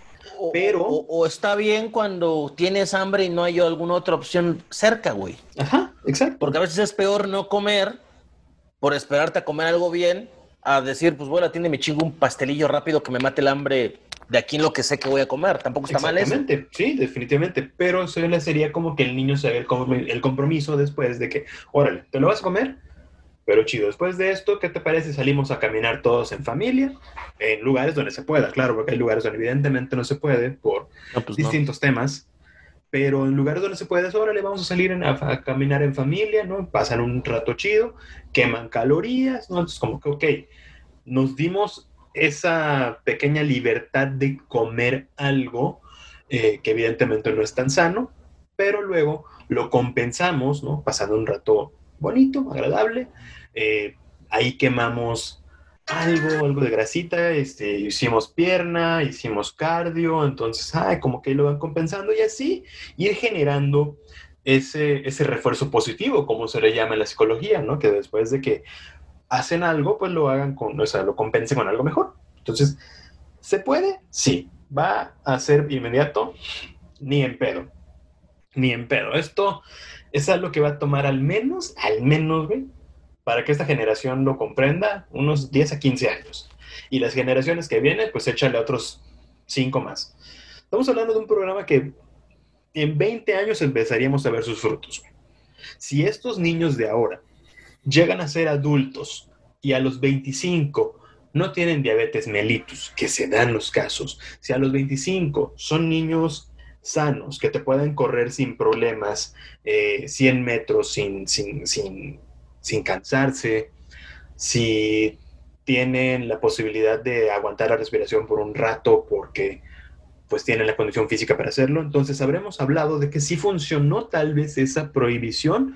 O, Pero, o, o está bien cuando tienes hambre y no hay alguna otra opción cerca, güey. ajá, exacto. Porque a veces es peor no comer por esperarte a comer algo bien, a decir, pues bueno, atiende, me chingo un pastelillo rápido que me mate el hambre de aquí en lo que sé que voy a comer. Tampoco está mal eso. Exactamente, sí, definitivamente. Pero eso le sería como que el niño se haga el compromiso después de que, órale, ¿te lo vas a comer? Pero chido, después de esto, ¿qué te parece? Salimos a caminar todos en familia, en lugares donde se pueda, claro, porque hay lugares donde evidentemente no se puede por No, pues no. distintos temas, pero en lugares donde se puede, órale, vamos a salir en, a, a, caminar en familia, ¿no? Pasan un rato chido, queman calorías, ¿no? Entonces, como que, ok, nos dimos esa pequeña libertad de comer algo eh, que evidentemente no es tan sano, pero luego lo compensamos, ¿no? Pasando un rato bonito, agradable, eh, ahí quemamos algo, algo de grasita, este, hicimos pierna, hicimos cardio, entonces, ay, como que lo van compensando y así ir generando ese, ese refuerzo positivo, como se le llama en la psicología, ¿no? Que después de que hacen algo, pues lo hagan con, o sea, lo compensen con algo mejor. Entonces, ¿se puede? Sí. ¿Va a ser inmediato? Ni en pedo. Ni en pedo. Esto es algo que va a tomar al menos, al menos, güey, para que esta generación lo comprenda, unos diez a quince años. Y las generaciones que vienen, pues échale otros cinco más. Estamos hablando de un programa que en veinte años empezaríamos a ver sus frutos. Si estos niños de ahora llegan a ser adultos y a los veinticinco no tienen diabetes mellitus, que se dan los casos, si a los veinticinco son niños sanos, que te pueden correr sin problemas eh, cien metros sin, sin, sin, sin cansarse, si tienen la posibilidad de aguantar la respiración por un rato porque pues tienen la condición física para hacerlo, entonces habremos hablado de que sí funcionó tal vez esa prohibición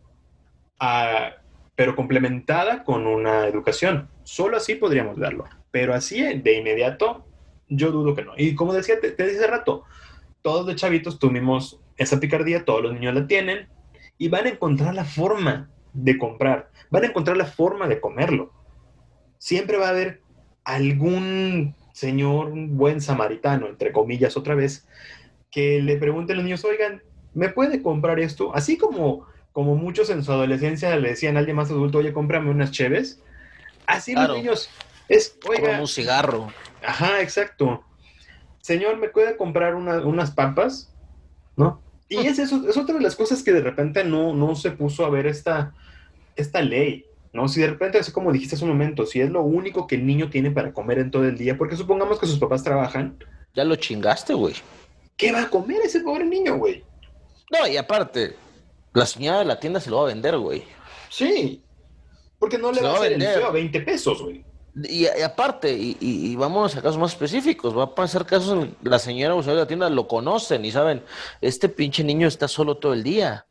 a, pero complementada con una educación. Solo así podríamos verlo. pero así de inmediato, yo dudo que no. Y como decía, te, te decía hace rato, todos de chavitos tuvimos esa picardía, todos los niños la tienen, y van a encontrar la forma de comprar, van a encontrar la forma de comerlo. Siempre va a haber algún señor, un buen samaritano, entre comillas otra vez, que le pregunten a los niños, oigan, ¿me puede comprar esto? Así como, como muchos en su adolescencia le decían a alguien más adulto, oye, cómprame unas cheves. Así los Claro, niños, es, como oiga, un cigarro. ajá, exacto. Señor, ¿me puede comprar una, unas papas? ¿No? Y es eso, es otra de las cosas que de repente no, no se puso a ver esta, esta ley, ¿no? Si de repente, así como dijiste hace un momento, si es lo único que el niño tiene para comer en todo el día, porque supongamos que sus papás trabajan, Ya lo chingaste, güey. ¿qué va a comer ese pobre niño, güey? No, y aparte, la señora de la tienda se lo va a vender, güey. Sí, porque no le Se va lo a va a hacer el feo a vender. veinte pesos, güey. Y, y aparte, y, y, y vamos a casos más específicos, va a pasar casos en la señora usuaria de la tienda lo conocen y saben, este pinche niño está solo todo el día.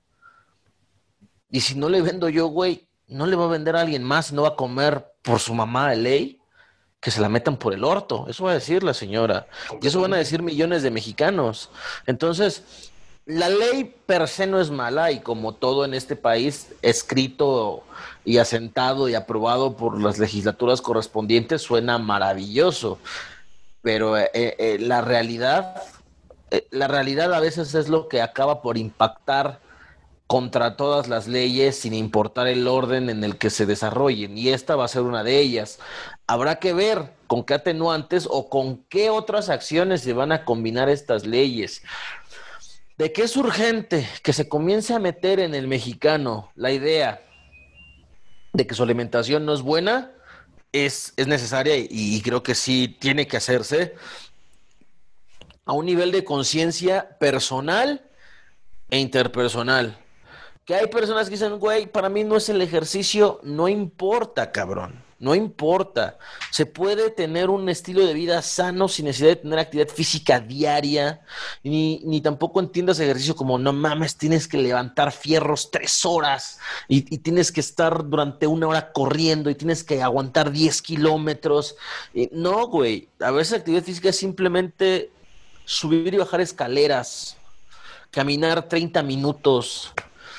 Y si no le vendo yo, güey, no le va a vender a alguien más, no va a comer por su mamá de ley, que se la metan por el orto. Eso va a decir la señora. Y eso van a Completamente. decir millones de mexicanos. Entonces, la ley per se no es mala y como todo en este país, escrito y asentado y aprobado por las legislaturas correspondientes, suena maravilloso. Pero eh, eh, la realidad, eh, la realidad a veces es lo que acaba por impactar contra todas las leyes sin importar el orden en el que se desarrollen y esta va a ser una de ellas. Habrá que ver con qué atenuantes o con qué otras acciones se van a combinar estas leyes. De que es urgente que se comience a meter en el mexicano la idea de que su alimentación no es buena, es, es necesaria y, y creo que sí tiene que hacerse a un nivel de conciencia personal e interpersonal. Que hay personas que dicen, güey, para mí no es el ejercicio, no importa, cabrón, no importa. Se puede tener un estilo de vida sano sin necesidad de tener actividad física diaria, ni, ni tampoco entiendas ejercicio como, no mames, tienes que levantar fierros tres horas y, y tienes que estar durante una hora corriendo y tienes que aguantar diez kilómetros. Y no, güey, a veces actividad física es simplemente subir y bajar escaleras, caminar treinta minutos,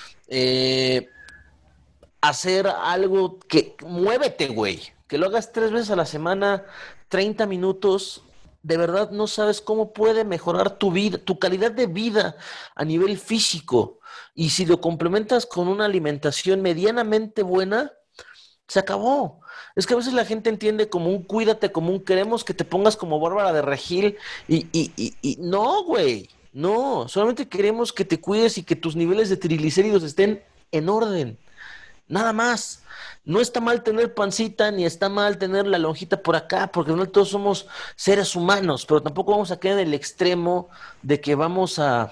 eh, hacer algo que muévete, güey, que lo hagas tres veces a la semana, treinta minutos, de verdad no sabes cómo puede mejorar tu vida, tu calidad de vida a nivel físico. Y si lo complementas con una alimentación medianamente buena, se acabó. Es que a veces la gente entiende como un cuídate, como un queremos que te pongas como Bárbara de Regil y, y, y, y no, güey, no, solamente queremos que te cuides y que tus niveles de triglicéridos estén en orden, nada más. No está mal tener pancita, ni está mal tener la lonjita por acá, porque no todos somos seres humanos, pero tampoco vamos a caer en el extremo de que vamos a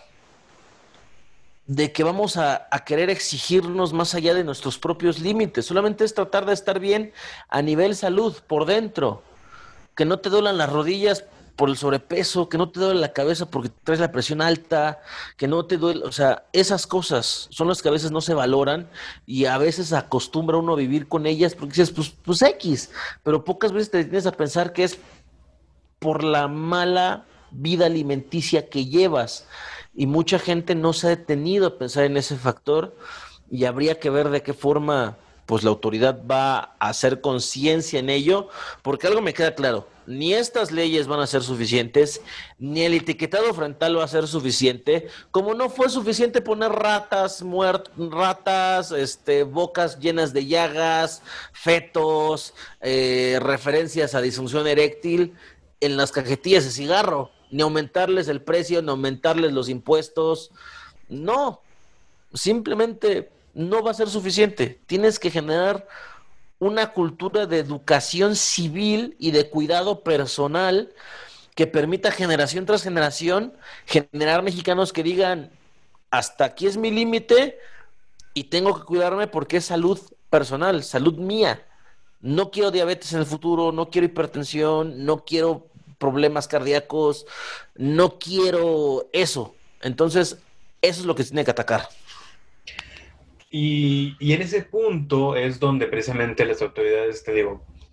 de que vamos a, a, querer exigirnos más allá de nuestros propios límites. Solamente es tratar de estar bien a nivel salud, por dentro. Que no te duelan las rodillas por el sobrepeso, que no te duele la cabeza porque traes la presión alta, que no te duele, o sea, esas cosas son las que a veces no se valoran y a veces acostumbra uno a vivir con ellas porque dices, pues, pues X, pero pocas veces te tienes a pensar que es por la mala vida alimenticia que llevas. Y mucha gente no se ha detenido a pensar en ese factor y habría que ver de qué forma pues la autoridad va a hacer conciencia en ello, porque algo me queda claro, ni estas leyes van a ser suficientes, ni el etiquetado frontal va a ser suficiente, como no fue suficiente poner ratas muertas, ratas, este, bocas llenas de llagas, fetos, eh, referencias a disfunción eréctil en las cajetillas de cigarro, ni aumentarles el precio, ni aumentarles los impuestos, no, simplemente no va a ser suficiente. Tienes que generar una cultura de educación civil y de cuidado personal que permita generación tras generación generar mexicanos que digan, hasta aquí es mi límite y tengo que cuidarme porque es salud personal, salud mía. No quiero diabetes en el futuro, no quiero hipertensión, no quiero problemas cardíacos, no quiero eso. Entonces, eso es lo que se tiene que atacar. Y, y en ese punto es donde precisamente las autoridades, te digo,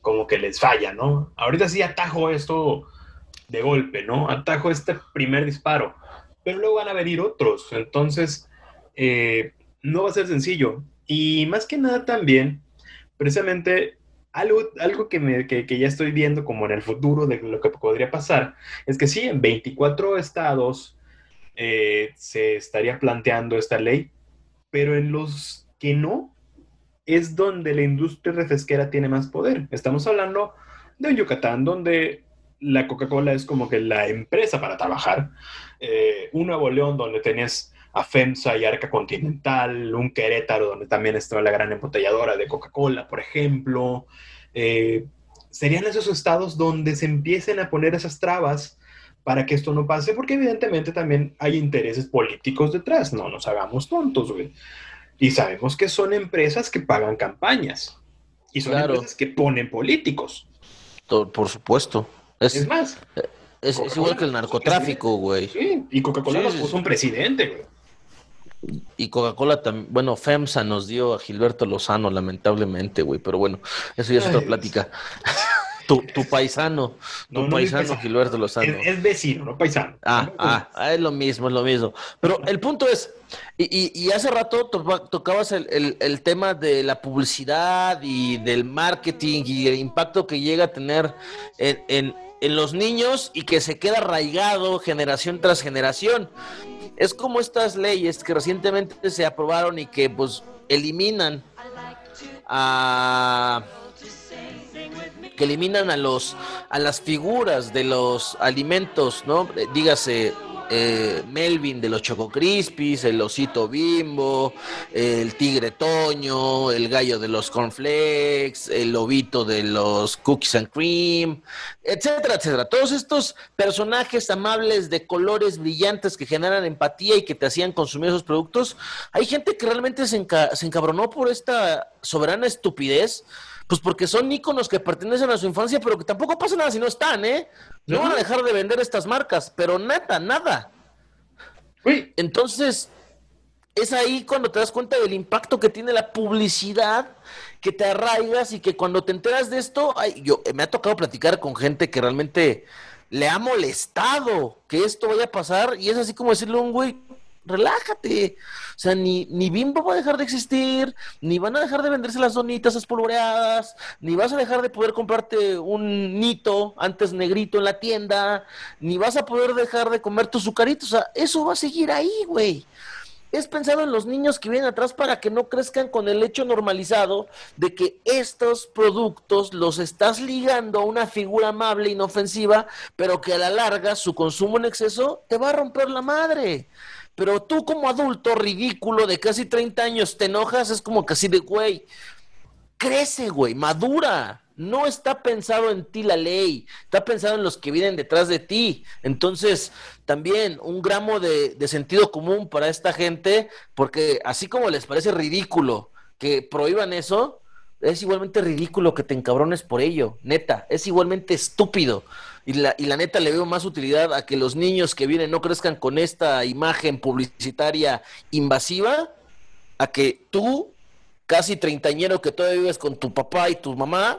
como que les falla, ¿no? Ahorita sí atajo esto de golpe, ¿no? Atajo este primer disparo, pero luego van a venir otros, entonces eh, no va a ser sencillo. Y más que nada también, precisamente, algo, algo que, me, que, que ya estoy viendo como en el futuro de lo que podría pasar, es que sí, en veinticuatro estados eh, se estaría planteando esta ley, pero en los que no, es donde la industria refresquera tiene más poder. Estamos hablando de un Yucatán, donde la Coca-Cola es como que la empresa para trabajar. Eh, un Nuevo León, donde tenías a FEMSA y Arca Continental, un Querétaro, donde también estaba la gran embotelladora de Coca-Cola, por ejemplo. Eh, serían esos estados donde se empiecen a poner esas trabas para que esto no pase, porque evidentemente también hay intereses políticos detrás, no nos hagamos tontos, güey. Y sabemos que son empresas que pagan campañas. Y son Claro, empresas que ponen políticos. to- por supuesto. Es Es, más, es, es igual Coca-Cola que el nos puso un narcotráfico, presidente. güey. Sí, y Coca-Cola Sí, nos sí, puso sí. un presidente, güey. Y Coca-Cola también, bueno, FEMSA nos dio a Gilberto Lozano, lamentablemente, güey, pero bueno, eso ya es otra Ay, Dios. plática. Tu, tu paisano, No, tu no mi paisano paisano. Gilberto Es, Lozano. es vecino, no paisano. No Ah, me ah, confundas. ah, es lo mismo, es lo mismo. Pero el punto es, y, y- y hace rato topa- tocabas el, el- el tema de la publicidad y del marketing y el impacto que llega a tener en, en- en los niños y que se queda arraigado generación tras generación. Es como estas leyes que recientemente se aprobaron y que pues eliminan a que eliminan a los a las figuras de los alimentos, ¿no? Eh, Dígase eh, Melvin de los Choco Crispies, el osito Bimbo, el tigre Toño, el gallo de los cornflakes, el lobito de los cookies and cream, etcétera, etcétera. Todos estos personajes amables de colores brillantes que generan empatía y que te hacían consumir esos productos, hay gente que realmente se, enca se encabronó por esta soberana estupidez, pues porque son íconos que pertenecen a su infancia, pero que tampoco pasa nada si no están, ¿eh? No van a Ajá. dejar de vender estas marcas, pero nada, nada. Güey, Entonces, es ahí cuando te das cuenta del impacto que tiene la publicidad, que te arraigas y que cuando te enteras de esto, ay, yo me ha tocado platicar con gente que realmente le ha molestado que esto vaya a pasar y es así como decirle a un güey, relájate, o sea, ni, ni Bimbo va a dejar de existir, ni van a dejar de venderse las donitas espolvoreadas, ni vas a dejar de poder comprarte un nito antes negrito en la tienda, ni vas a poder dejar de comer tus sucaritos, o sea, eso va a seguir ahí, güey. Es pensado en los niños que vienen atrás para que no crezcan con el hecho normalizado de que estos productos los estás ligando a una figura amable, inofensiva, pero que a la larga su consumo en exceso te va a romper la madre. Pero tú como adulto ridículo de casi treinta años te enojas, es como que así de, güey, crece, güey, madura. No está pensado en ti la ley, está pensado en los que vienen detrás de ti. Entonces, también un gramo de, de sentido común para esta gente, porque así como les parece ridículo que prohíban eso, es igualmente ridículo que te encabrones por ello, neta, es igualmente estúpido. Y la, y la neta le veo más utilidad a que los niños que vienen no crezcan con esta imagen publicitaria invasiva, a que tú, casi treintañero que todavía vives con tu papá y tu mamá,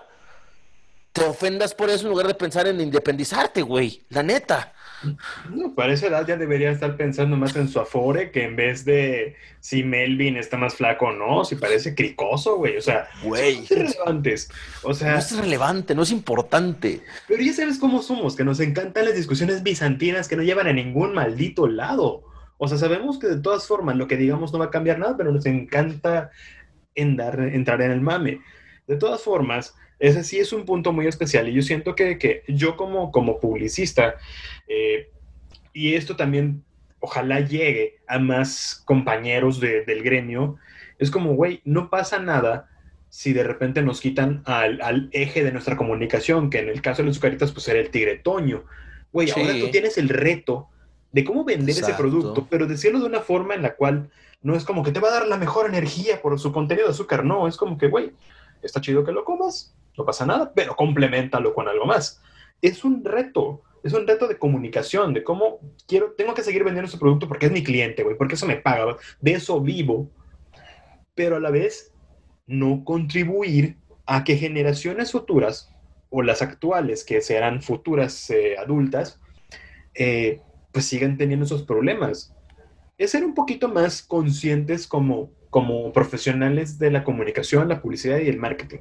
te ofendas por eso en lugar de pensar en independizarte, güey. La neta. no, para esa edad ya debería estar pensando más en su afore que en vez de si Melvin está más flaco o no, si parece cricoso, güey. O sea, son Güey. cosas irrelevantes. O No sea, es relevante, no es importante. pero ya sabes cómo somos, que nos encantan las discusiones bizantinas que no llevan a ningún maldito lado. O sea, sabemos que de todas formas lo que digamos no va a cambiar nada, pero nos encanta en dar, entrar en el mame. De todas formas, ese sí es un punto muy especial y yo siento que, que yo como, como publicista, eh, y esto también ojalá llegue a más compañeros de, del gremio, es como, güey, no pasa nada si de repente nos quitan al, al, eje de nuestra comunicación, que en el caso de los Zucaritas, pues era el tigre Toño. Güey, ahora tú Sí, tienes el reto de cómo vender ese producto, exacto. pero decirlo de una forma en la cual no es como que te va a dar la mejor energía por su contenido de azúcar, no, es como que, güey, está chido que lo comas, no pasa nada, pero complementalo con algo más. Es un reto, es un reto de comunicación, de cómo quiero, tengo que seguir vendiendo ese producto porque es mi cliente, güey, porque eso me paga, de eso vivo, pero a la vez no contribuir a que generaciones futuras o las actuales, que serán futuras eh, adultas, eh, pues sigan teniendo esos problemas. Es ser un poquito más conscientes como, como profesionales de la comunicación, la publicidad y el marketing.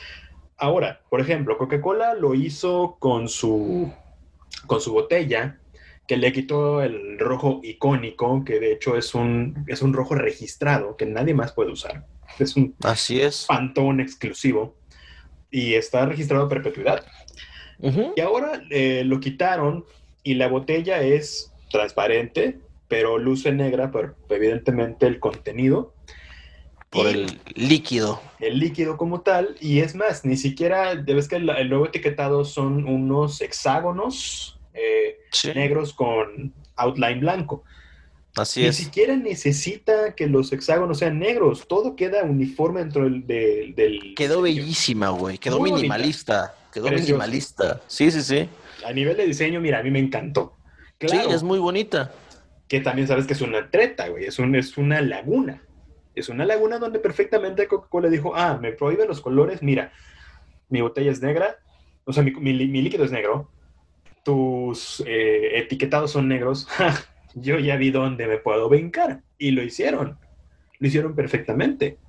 Ahora, por ejemplo, Coca-Cola lo hizo con su, con su botella, que le quitó el rojo icónico, que de hecho es un, es un rojo registrado que nadie más puede usar. Es un Así es. Pantone exclusivo y está registrado a perpetuidad. Uh-huh. Y ahora eh, lo quitaron y la botella es transparente, pero luce negra por evidentemente el contenido. Por y el líquido. El líquido como tal, y es más, ni siquiera, ves que el, el nuevo etiquetado son unos hexágonos eh, Sí. negros con outline blanco. Así Ni es. siquiera necesita que los hexágonos sean negros, todo queda uniforme dentro del... del, del Quedó diseño. bellísima, güey, quedó Muy minimalista, bonita. quedó Preciosa. minimalista. Sí, sí, sí. A nivel de diseño, mira, a mí me encantó. Claro, Sí, es muy bonita. que también sabes que es una treta, güey, es, un, es una laguna. Es una laguna donde perfectamente Coca-Cola dijo, ah, me prohíben los colores, mira, mi botella es negra, o sea, mi, mi, mi líquido es negro, tus eh, etiquetados son negros, yo ya vi dónde me puedo brincar. Y lo hicieron, lo hicieron perfectamente.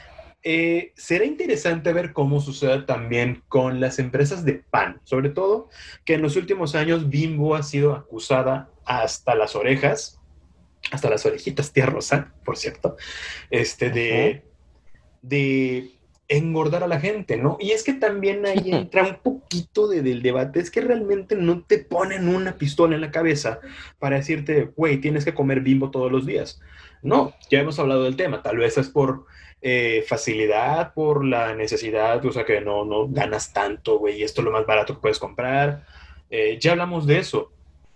Eh, será interesante ver cómo sucede también con las empresas de pan, sobre todo que en los últimos años Bimbo ha sido acusada hasta las orejas, hasta las orejitas, tía Rosa, por cierto, este, de, uh-huh. de engordar a la gente, ¿no? Y es que también ahí entra un poquito de, del debate, es que realmente no te ponen una pistola en la cabeza para decirte, güey, tienes que comer Bimbo todos los días. No, ya hemos hablado del tema, tal vez es por eh, facilidad, por la necesidad, o sea, que no, no ganas tanto, güey, y esto es lo más barato que puedes comprar. Eh, ya hablamos de eso,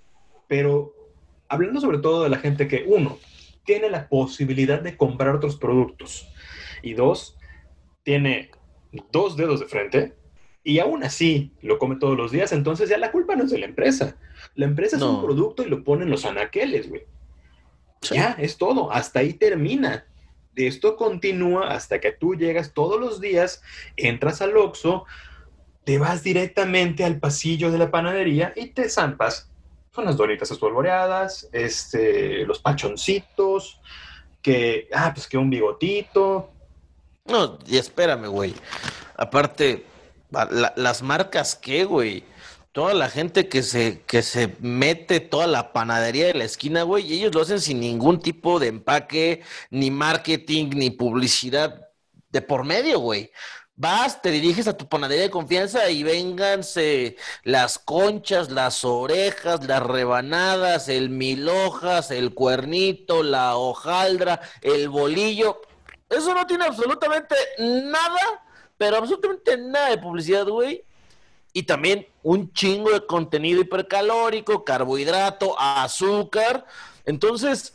pero hablando sobre todo de la gente que, uno, tiene la posibilidad de comprar otros productos, y dos, tiene dos dedos de frente, y aún así lo come todos los días, entonces ya la culpa no es de la empresa. La empresa no. es un producto y lo ponen los anaqueles, güey. Sí. Ya, es todo, hasta ahí termina. Esto continúa hasta que tú llegas todos los días, entras al Oxxo, te vas directamente al pasillo de la panadería y te zampas son las donitas espolvoreadas, este, los pachoncitos, que, ah, pues que un bigotito. No, y espérame, güey. Aparte, la, las marcas, ¿qué, güey? Toda la gente que se, que se mete toda la panadería de la esquina, güey, y ellos lo hacen sin ningún tipo de empaque, ni marketing, ni publicidad de por medio, güey. Vas, te diriges a tu panadería de confianza y vénganse las conchas, las orejas, las rebanadas, el mil hojas, el cuernito, la hojaldra, el bolillo. Eso no tiene absolutamente nada, pero absolutamente nada de publicidad, güey. Y también un chingo de contenido hipercalórico, carbohidrato, azúcar. Entonces,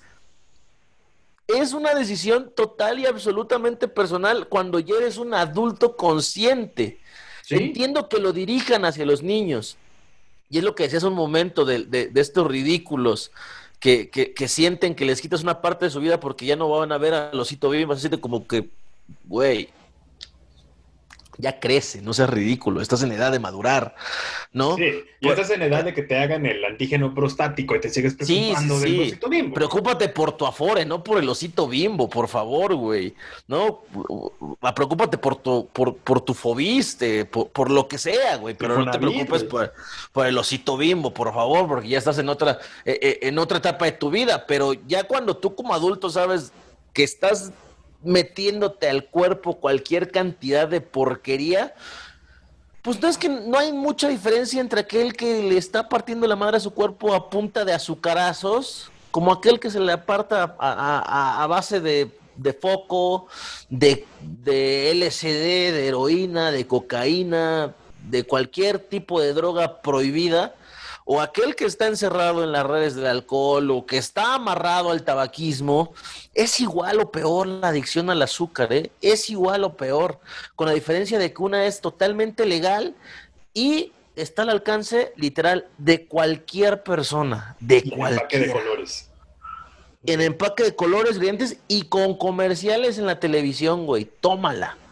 es una decisión total y absolutamente personal cuando ya eres un adulto consciente. ¿Sí? Entiendo que lo dirijan hacia los niños. Y es lo que decías un momento de, de, de estos ridículos que, que, que sienten que les quitas una parte de su vida porque ya no van a ver al osito Bimbo. Se siente como que, güey, ya crece, no seas ridículo, estás en edad de madurar, ¿no? Sí, y pues, estás en edad de que te hagan el antígeno prostático y te sigues preocupando sí, sí, sí. del osito Bimbo. Preocúpate por tu Afore, no por el osito Bimbo, por favor, güey, ¿no? Preocúpate por tu, por, por tu fobiste, por, por lo que sea, güey, pero no te preocupes por, por el osito Bimbo, por favor, porque ya estás en otra, eh, en otra etapa de tu vida, pero ya cuando tú como adulto sabes que estás metiéndote al cuerpo cualquier cantidad de porquería, pues no es que no hay mucha diferencia entre aquel que le está partiendo la madre a su cuerpo a punta de azucarazos, como aquel que se le aparta a, a, a base de, de foco, de, de L S D, de heroína, de cocaína, de cualquier tipo de droga prohibida, o aquel que está encerrado en las redes del alcohol o que está amarrado al tabaquismo. Es igual o peor la adicción al azúcar, ¿eh? Es igual o peor, con la diferencia de que una es totalmente legal y está al alcance literal de cualquier persona, de y cualquier. Empaque de colores. En empaque de colores, brillantes y con comerciales en la televisión, güey. Tómala.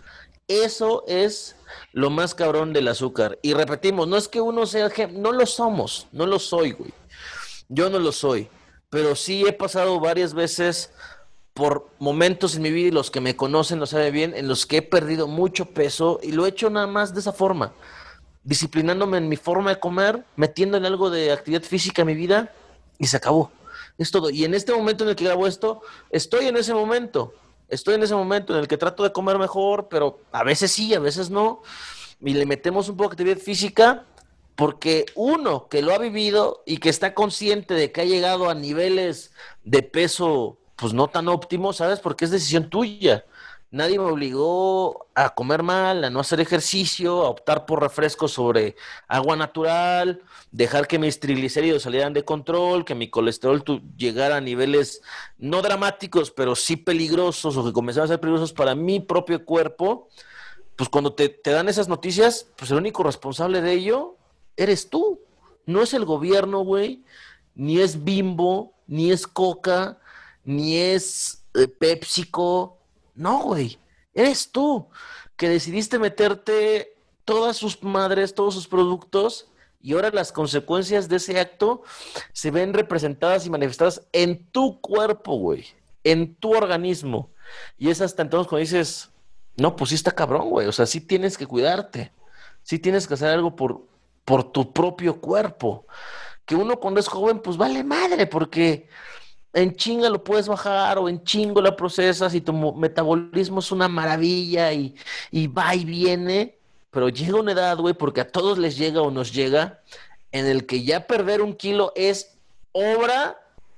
Eso es lo más cabrón del azúcar. Y repetimos, no es que uno sea, no lo somos, no lo soy, güey. Yo no lo soy, pero sí he pasado varias veces por momentos en mi vida, y los que me conocen lo saben bien, en los que he perdido mucho peso y lo he hecho nada más de esa forma, disciplinándome en mi forma de comer, metiendo en algo de actividad física en mi vida y se acabó. Es todo. Y en este momento en el que grabo esto, estoy en ese momento. Estoy en ese momento en el que trato de comer mejor, pero a veces sí, a veces no. Y le metemos un poco de actividad física porque uno que lo ha vivido y que está consciente de que ha llegado a niveles de peso pues no tan óptimos, ¿sabes? Porque es decisión tuya. Nadie me obligó a comer mal, a no hacer ejercicio, a optar por refrescos sobre agua natural, dejar que mis triglicéridos salieran de control, que mi colesterol tu- llegara a niveles no dramáticos, pero sí peligrosos o que comenzaran a ser peligrosos para mi propio cuerpo. Pues cuando te, te dan esas noticias, pues el único responsable de ello eres tú. No es el gobierno, güey, ni es Bimbo, ni es Coca, ni es eh, PepsiCo. No, güey, eres tú que decidiste meterte todas sus madres, todos sus productos, y ahora las consecuencias de ese acto se ven representadas y manifestadas en tu cuerpo, güey, en tu organismo. Y es hasta entonces cuando dices, no, pues sí está cabrón, güey, o sea, sí tienes que cuidarte, sí tienes que hacer algo por, por tu propio cuerpo. Que uno cuando es joven, pues vale madre, porque en chinga lo puedes bajar o en chingo la procesas y tu mo- metabolismo es una maravilla y, y va y viene, pero llega una edad, güey, porque a todos les llega o nos llega, en el que ya perder un kilo es obra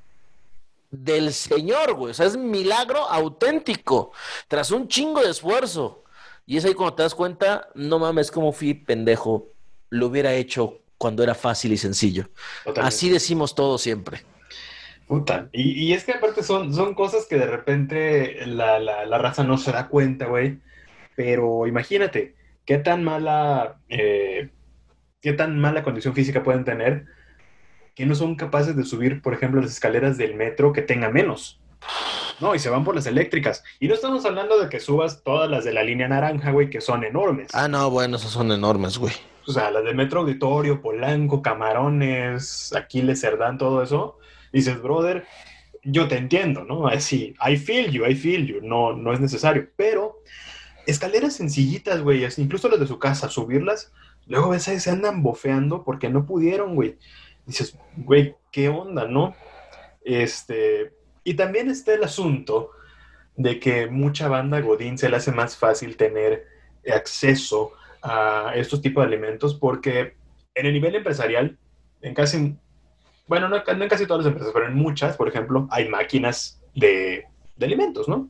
del Señor, güey, o sea, es milagro auténtico, tras un chingo de esfuerzo. Y es ahí cuando te das cuenta, no mames, como fui pendejo, lo hubiera hecho cuando era fácil y sencillo. Así Totalmente. decimos todo siempre. Puta. Y, y es que aparte son, son cosas que de repente la, la, la raza no se da cuenta, güey. Pero imagínate, qué tan mala, eh, qué tan mala condición física pueden tener que no son capaces de subir, por ejemplo, las escaleras del metro que tenga menos. No, y se van por las eléctricas. Y no estamos hablando de que subas todas las de la línea naranja, güey, que son enormes. Ah, no, bueno, esos son enormes, güey. O sea, las de Metro Auditorio, Polanco, Camarones, Aquiles Cerdán, todo eso. Dices, brother, yo te entiendo, ¿no? Así, I feel you, I feel you. No, no es necesario. Pero escaleras sencillitas, güey, así, incluso las de su casa, subirlas, luego ves ahí se andan bofeando porque no pudieron, güey. Dices, güey, ¿qué onda, no? Este, y también está el asunto de que mucha banda Godín se le hace más fácil tener acceso a estos tipos de alimentos porque en el nivel empresarial, en casi, bueno, no, no en casi todas las empresas, pero en muchas, por ejemplo, hay máquinas de, de alimentos, ¿no?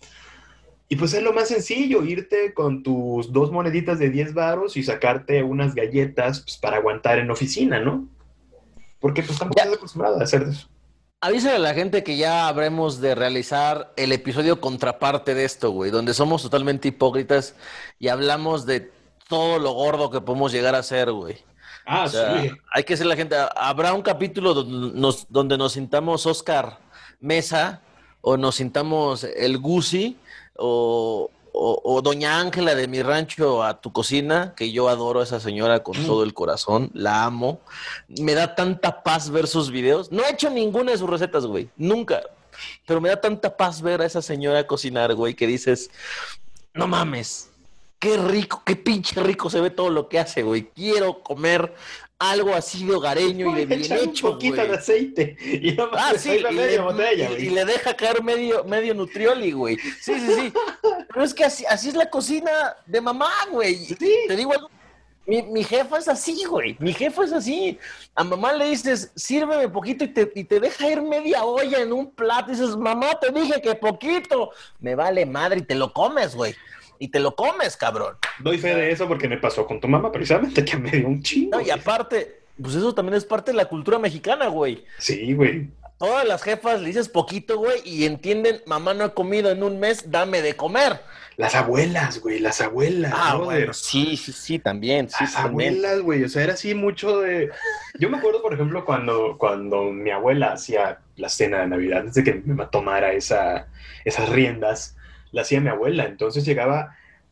Y pues es lo más sencillo, irte con tus dos moneditas de diez varos y sacarte unas galletas pues, para aguantar en oficina, ¿no? Porque pues tampoco Ya, estás acostumbrado a hacer eso. avísale a la gente que ya habremos de realizar el episodio contraparte de esto, güey, donde somos totalmente hipócritas y hablamos de todo lo gordo que podemos llegar a ser, güey. O Ah, sea, sí. hay que decirle a la gente, habrá un capítulo donde nos, donde nos sintamos Oscar Mesa o nos sintamos el Gusi o, o, o Doña Ángela de mi rancho a tu cocina, que yo adoro a esa señora con todo el corazón, la amo. Me da tanta paz ver sus videos. No he hecho ninguna de sus recetas, güey, nunca. Pero me da tanta paz ver a esa señora cocinar, güey, que dices, no mames, qué rico, qué pinche rico se ve todo lo que hace, güey. Quiero comer algo así de hogareño y Voy de a bien echar un hecho, poquito de güey. aceite y nada más Ah, le doy sí, la y le, media botella, y, y güey. le deja caer medio, medio nutrioli, güey. Sí, sí, sí. Pero es que así, así es la cocina de mamá, güey. Y te Sí, digo algo, mi, mi jefa es así, güey. Mi jefa es así. A mamá le dices, sírveme poquito y te, y te deja ir media olla en un plato. Y dices, mamá, te dije que poquito. Me vale madre y te lo comes, güey. Y te lo comes, cabrón. doy O fe de sea, eso porque me pasó con tu mamá precisamente, que me dio un no, chingo, y güey. aparte, pues eso también es parte de la cultura mexicana, güey. Sí, güey. Todas las jefas le dices poquito, güey, y entienden, mamá no he comido en un mes, dame de comer. Las abuelas, güey, las abuelas, Ah, bueno, brother. sí, sí, sí, también, sí, Las totalmente. abuelas, güey, o sea, era así mucho de... Yo me acuerdo, por ejemplo, cuando, cuando mi abuela hacía la cena de Navidad, antes de que me tomara esa, esas riendas, la hacía mi abuela, entonces llegaba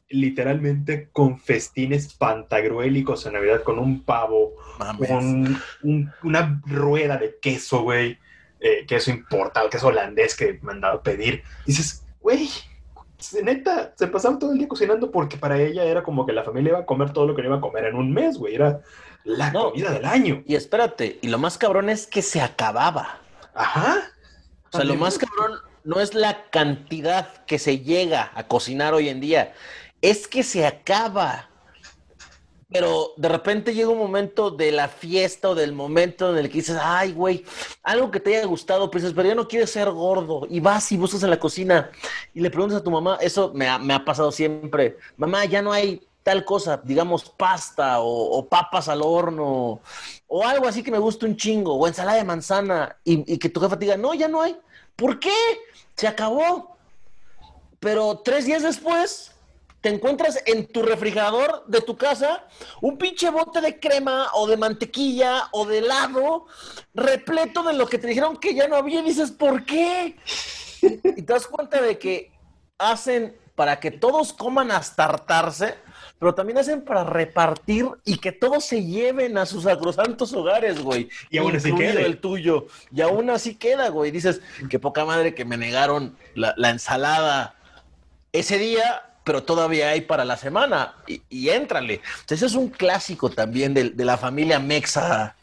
literalmente con festines pantagruélicos en Navidad, con un pavo, Mames. con un, una rueda de queso, güey, eh, queso importado, queso holandés que mandaba a pedir. Dices, güey, neta, se pasaban todo el día cocinando porque para ella era como que la familia iba a comer todo lo que no iba a comer en un mes, güey, era la No, comida del año. y espérate, y lo más cabrón es que se acababa. Ajá. O sea, lo más cabrón no es la cantidad que se llega a cocinar hoy en día, es que se acaba. Pero de repente llega un momento de la fiesta o del momento en el que dices, ay, güey, algo que te haya gustado, pero dices, pero ya no quieres ser gordo. Y vas y buscas en la cocina y le preguntas a tu mamá, eso me ha, me ha pasado siempre, mamá, ya no hay tal cosa, digamos pasta o, o papas al horno o algo así que me gusta un chingo, o ensalada de manzana, y, y que tu jefa te diga, no, ya no hay. ¿Por qué? Se acabó. Pero tres días después te encuentras en tu refrigerador de tu casa un pinche bote de crema o de mantequilla o de helado repleto de lo que te dijeron que ya no había, y dices, ¿por qué? Y te das cuenta de que hacen para que todos coman hasta hartarse, pero también hacen para repartir y que todos se lleven a sus sacrosantos hogares, güey. Y aún así incluido queda. el tuyo. Y aún así queda, güey. Dices, qué poca madre que me negaron la, la ensalada ese día, pero todavía hay para la semana. Y, y éntrale. Entonces, ese es un clásico también de, de la familia mexa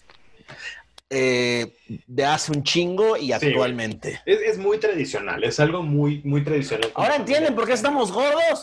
eh, de hace un chingo y Sí, actualmente. es, es muy tradicional, es algo muy, muy tradicional. Ahora entienden por qué estamos gordos.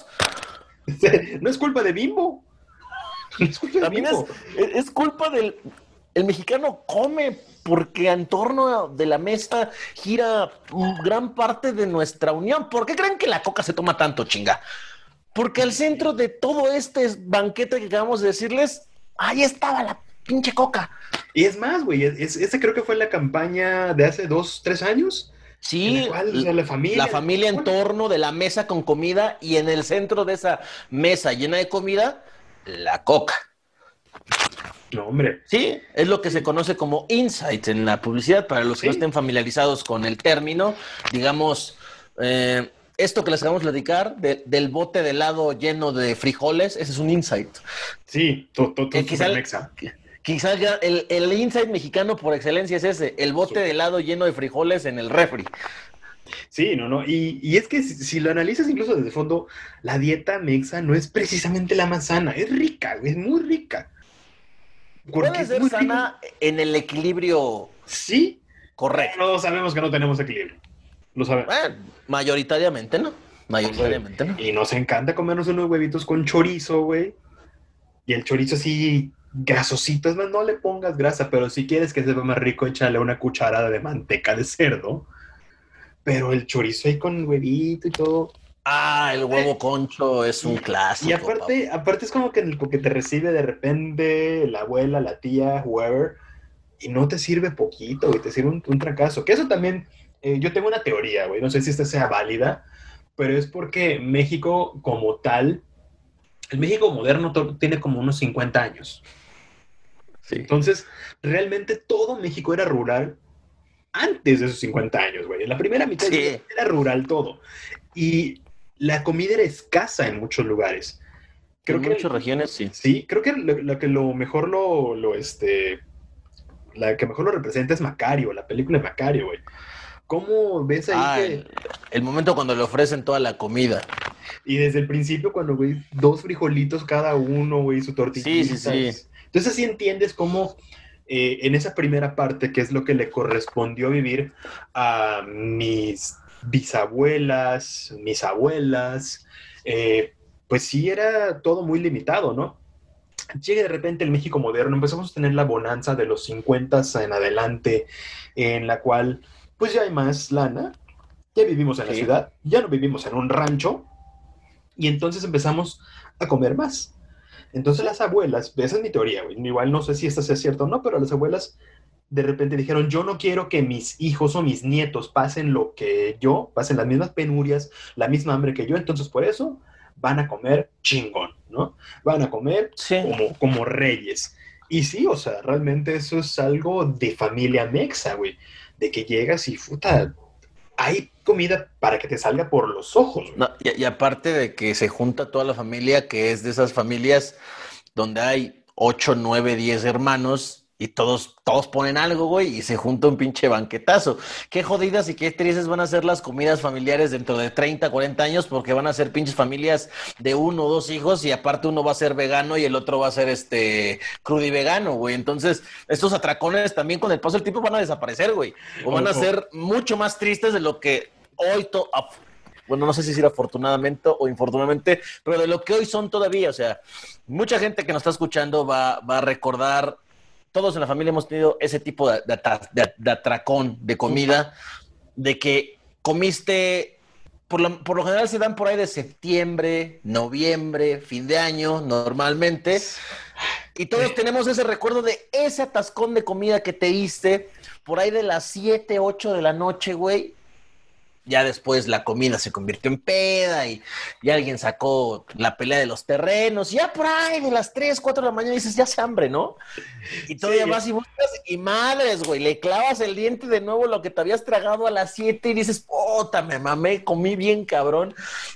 No es culpa de Bimbo. No es culpa de También es, Bimbo. es culpa del... El mexicano come porque en torno de la mesa gira gran parte de nuestra unión. ¿Por qué creen que la coca se toma tanto, chinga? Porque al centro de todo este banquete que acabamos de decirles, ahí estaba la pinche coca. Y es más, güey, es, esa creo que fue la campaña de hace dos, tres años. Sí, En la cual, o sea, la familia. la familia en torno de la mesa con comida, y en el centro de esa mesa llena de comida, la coca. No, hombre. Sí, es lo que se conoce como insight en la publicidad, para los que Sí. no estén familiarizados con el término. Digamos, eh, esto que les acabamos de platicar, de, del bote de helado lleno de frijoles, ese es un insight. Sí, todo, todo, Que todo quizá, super mexa. quizás ya el, el insight mexicano por excelencia es ese, el bote de helado lleno de frijoles en el refri. Sí, no, no. Y, y es que si, si lo analizas incluso desde el fondo, la dieta mexa no es precisamente la más sana. Es rica, güey, es muy rica. Porque Puede es ser muy sana rica. en el equilibrio Sí, correcto. pero sabemos que no tenemos equilibrio. Lo sabemos. Bueno, mayoritariamente no. Mayoritariamente no. Y nos encanta comernos unos huevitos con chorizo, güey. Y el chorizo así grasosito. Es más, no le pongas grasa, pero si quieres que sepa más rico, échale una cucharada de manteca de cerdo. Pero el chorizo ahí con huevito y todo. Ah, el huevo concho es un Y, clásico. y aparte, aparte es como que, el, que te recibe de repente la abuela, la tía, whoever, y no te sirve poquito, güey, te sirve un, un trancazo. Que eso también, eh, yo tengo una teoría, güey, no sé si esta sea válida, pero es porque México como tal, el México moderno tiene como unos cincuenta años. Sí. Entonces, realmente todo México era rural antes de esos cincuenta años, güey. En la primera mitad Sí. era rural todo. Y la comida era escasa en muchos lugares. Creo en que, muchas regiones, sí. Sí, creo que lo, lo que lo mejor lo, lo, este, la que mejor lo representa es Macario, la película de Macario, güey. ¿Cómo ves ahí ah, que...? El, el momento cuando le ofrecen toda la comida. Y desde el principio cuando, güey, dos frijolitos cada uno, güey, su tortillita. Sí, sí, sí. Entonces así entiendes cómo eh, en esa primera parte, que es lo que le correspondió vivir a mis bisabuelas, mis abuelas, eh, pues sí era todo muy limitado, ¿no? Llega de repente el México moderno, empezamos a tener la bonanza de los cincuenta en adelante, en la cual pues ya hay más lana, ya vivimos en sí. la ciudad, ya no vivimos en un rancho, y entonces empezamos a comer más. Entonces las abuelas, esa es mi teoría, güey, igual no sé si esta sea cierta o no, pero las abuelas de repente dijeron, yo no quiero que mis hijos o mis nietos pasen lo que yo, pasen las mismas penurias, la misma hambre que yo, entonces por eso van a comer chingón, ¿no? Van a comer sí. como, como reyes. Y sí, o sea, realmente eso es algo de familia mexa, güey, de que llegas y, puta, hay comida para que te salga por los ojos, güey. No, y, y aparte de que se junta toda la familia, que es de esas familias donde hay ocho, nueve, diez hermanos y todos, todos ponen algo, güey, y se junta un pinche banquetazo. Qué jodidas y qué tristes van a ser las comidas familiares dentro de treinta, cuarenta años, porque van a ser pinches familias de uno o dos hijos y aparte uno va a ser vegano y el otro va a ser este crudivegano, güey. Entonces, estos atracones también con el paso del tiempo van a desaparecer, güey. O van a ser mucho más tristes de lo que hoy... To- bueno, no sé si decir afortunadamente o infortunadamente, pero de lo que hoy son todavía, o sea, mucha gente que nos está escuchando va, va a recordar, todos en la familia hemos tenido ese tipo de, de, de, de atracón de comida, de que comiste, por lo, por lo general se dan por ahí de septiembre, noviembre, fin de año, normalmente, y todos tenemos ese recuerdo de ese atascón de comida que te diste por ahí de las siete, ocho de la noche, güey. Ya después la comida se convirtió en peda y, y alguien sacó la pelea de los terrenos. Ya por ahí de las tres, cuatro de la mañana dices, ya se hambre, ¿no? Y todavía sí. Vas y buscas y madres, güey, le clavas el diente de nuevo lo que te habías tragado a las siete y dices, puta, me mamé, comí bien cabrón.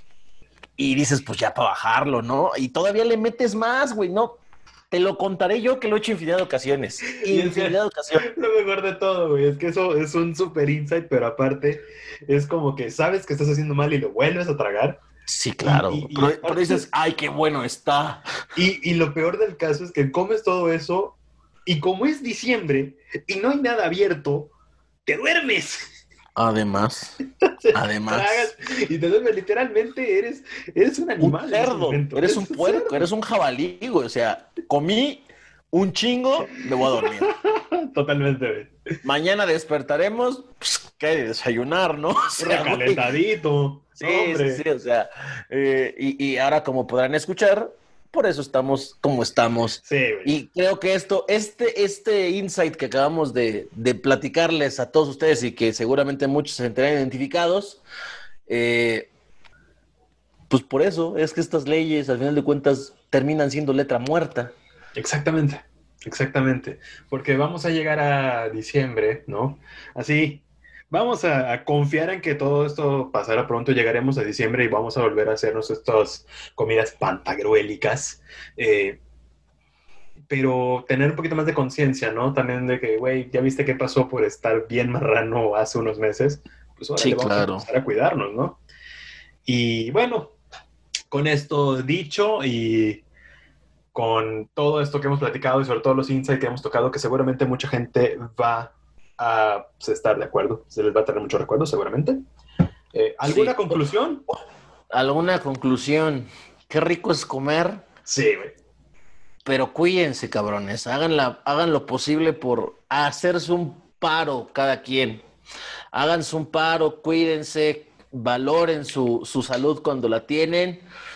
Y dices, pues ya para bajarlo, ¿no? Y todavía le metes más, güey, ¿no? Te lo contaré yo que lo he hecho infinidad de ocasiones. Infinidad de ocasiones. Lo mejor de todo, güey, es que eso es un super insight, pero aparte es como que sabes que estás haciendo mal y lo vuelves a tragar. Sí, claro. Y, y, pero, y aparte, pero dices, ay, qué bueno está. Y, y lo peor del caso es que comes todo eso y como es diciembre y no hay nada abierto, te duermes. Además, además. Tragas y te duermes, literalmente eres, eres un animal. Un cerdo, eres, eres un puerco, cerdo. Eres un jabalí, güey. O sea, comí un chingo, me voy a dormir. Totalmente, güey. Mañana despertaremos, pues, ¿qué hay de desayunar, no? O sea, recalentadito. Sí, hombre. sí, sí, o sea, eh, y, y ahora como podrán escuchar, por eso estamos como estamos. Sí, güey. Y creo que esto, este, este insight que acabamos de, de platicarles a todos ustedes y que seguramente muchos se sentirán identificados, eh, pues por eso es que estas leyes, al final de cuentas, terminan siendo letra muerta. Exactamente, exactamente. Porque vamos a llegar a diciembre, ¿no? Así, vamos a, a confiar en que todo esto pasará pronto. Llegaremos a diciembre y vamos a volver a hacernos estas comidas pantagruélicas. Eh, pero tener un poquito más de conciencia, ¿no? También de que, güey, ya viste qué pasó por estar bien marrano hace unos meses. Pues ahora sí, le vamos claro. a empezar a cuidarnos, ¿no? Y bueno, con esto dicho y con todo esto que hemos platicado y sobre todo los insights que hemos tocado, que seguramente mucha gente va a pues, estar de acuerdo, se les va a tener mucho recuerdo seguramente. Eh, ¿Alguna sí. conclusión? ¿Alguna conclusión? Qué rico es comer. Sí, güey. Pero cuídense, cabrones, hagan, la, hagan lo posible por hacerse un paro cada quien. Háganse un paro, cuídense, valoren su, su salud cuando la tienen.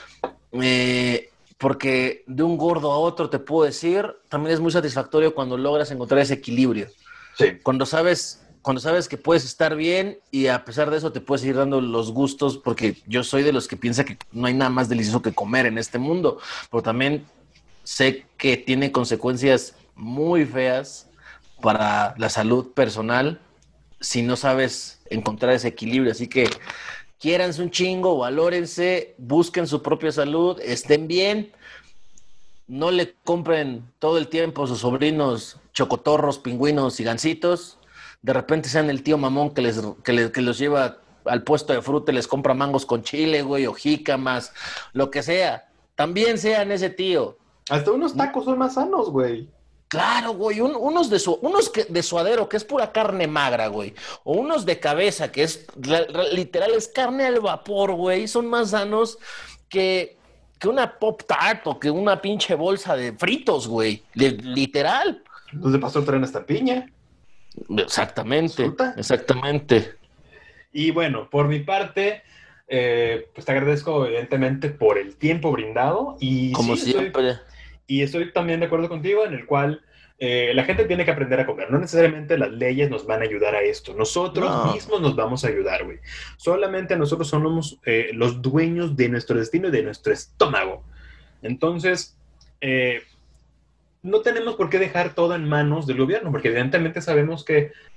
Eh, porque de un gordo a otro, te puedo decir, también es muy satisfactorio cuando logras encontrar ese equilibrio. Sí. Cuando sabes, cuando sabes que puedes estar bien y a pesar de eso te puedes ir dando los gustos, porque yo soy de los que piensa que no hay nada más delicioso que comer en este mundo, pero también sé que tiene consecuencias muy feas para la salud personal si no sabes encontrar ese equilibrio. Así que quiéranse un chingo, valórense, busquen su propia salud, estén bien. No le compren todo el tiempo a sus sobrinos chocotorros, pingüinos y gancitos. De repente sean el tío mamón que, les, que, les, que los lleva al puesto de fruta y les compra mangos con chile, güey, o jícamas, lo que sea. También sean ese tío. Hasta unos tacos son más sanos, güey. Claro, güey, Un, unos, de su, unos que, de suadero, que es pura carne magra, güey. O unos de cabeza, que es literal, es carne al vapor, güey. Son más sanos que, que una Pop Tart o que una pinche bolsa de fritos, güey. Literal. Los de pastor traen hasta piña. Exactamente, ¿Resulta? exactamente. Y bueno, por mi parte... Eh, pues te agradezco evidentemente por el tiempo brindado y como sí, siempre estoy, y estoy también de acuerdo contigo en el cual eh, la gente tiene que aprender a comer, no necesariamente las leyes nos van a ayudar a esto, nosotros no. mismos nos vamos a ayudar, güey, solamente nosotros somos eh, los dueños de nuestro destino y de nuestro estómago, entonces eh, no tenemos por qué dejar todo en manos del gobierno, porque evidentemente sabemos que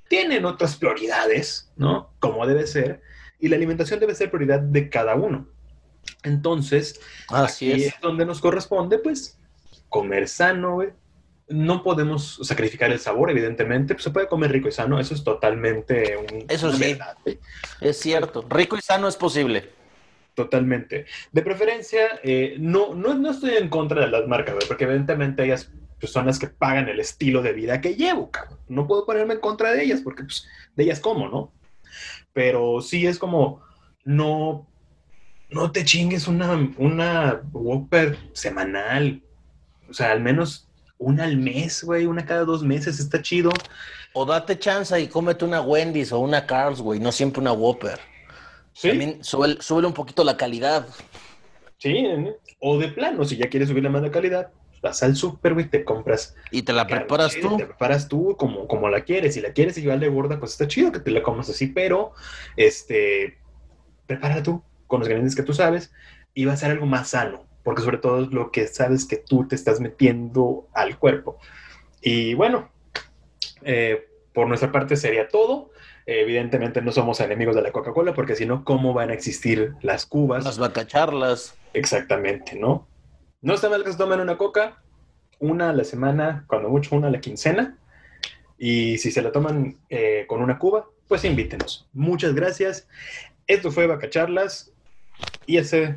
tienen otras prioridades, ¿no? Como debe ser, y la alimentación debe ser prioridad de cada uno. Entonces, Así aquí es. es donde nos corresponde, pues, comer sano, güey. No podemos sacrificar el sabor, evidentemente, pues se puede comer rico y sano, eso es totalmente un, Eso una sí, verdad, güey. es cierto. Rico y sano es posible. Totalmente. De preferencia, eh, no, no, no estoy en contra de las marcas, güey, porque evidentemente ellas pues, son las que pagan el estilo de vida que llevo, cabrón. No puedo ponerme en contra de ellas, porque pues, de ellas como, ¿no? Pero sí es como, no, no te chingues una, una Whopper semanal. O sea, al menos una al mes, güey, una cada dos meses, está chido. O date chance y cómete una Wendy's o una Carl's, güey, no siempre una Whopper. Sí, También sube, sube un poquito la calidad. sí. ¿No? O de plano, si ya quieres subir más de calidad, vas al súper, güey, te compras. Y te la carne preparas chida, tú. Te preparas tú como, como la quieres. Si la quieres igual de gorda, pues está chido que te la comas así, pero este, prepara tú con los ingredientes que tú sabes y va a ser algo más sano, porque sobre todo es lo que sabes que tú te estás metiendo al cuerpo. Y bueno, eh, por nuestra parte sería todo. Eh, evidentemente no somos enemigos de la Coca-Cola, porque si no, ¿cómo van a existir las cubas? Las vacacharlas. Exactamente, ¿no? No está mal que se tomen una coca, una a la semana, cuando mucho una a la quincena. Y si se la toman eh, con una cuba, pues invítenos. Muchas gracias. Esto fue Vacacharlas. Y ese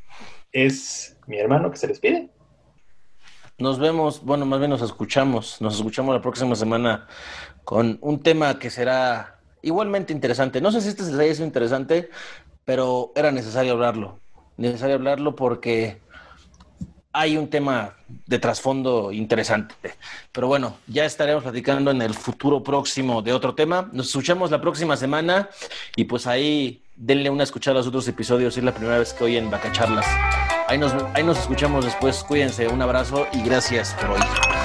es mi hermano que se les pide. Nos vemos, bueno, más bien nos escuchamos. Nos escuchamos la próxima semana con un tema que será igualmente interesante. No sé si este se les haya sido interesante, pero era necesario hablarlo. Necesario hablarlo porque hay un tema de trasfondo interesante. Pero bueno, ya estaremos platicando en el futuro próximo de otro tema. Nos escuchamos la próxima semana y pues ahí denle una escuchada a los otros episodios si es la primera vez que oyen Vacacharlas. Ahí nos, ahí nos escuchamos después. Cuídense, un abrazo y gracias por hoy.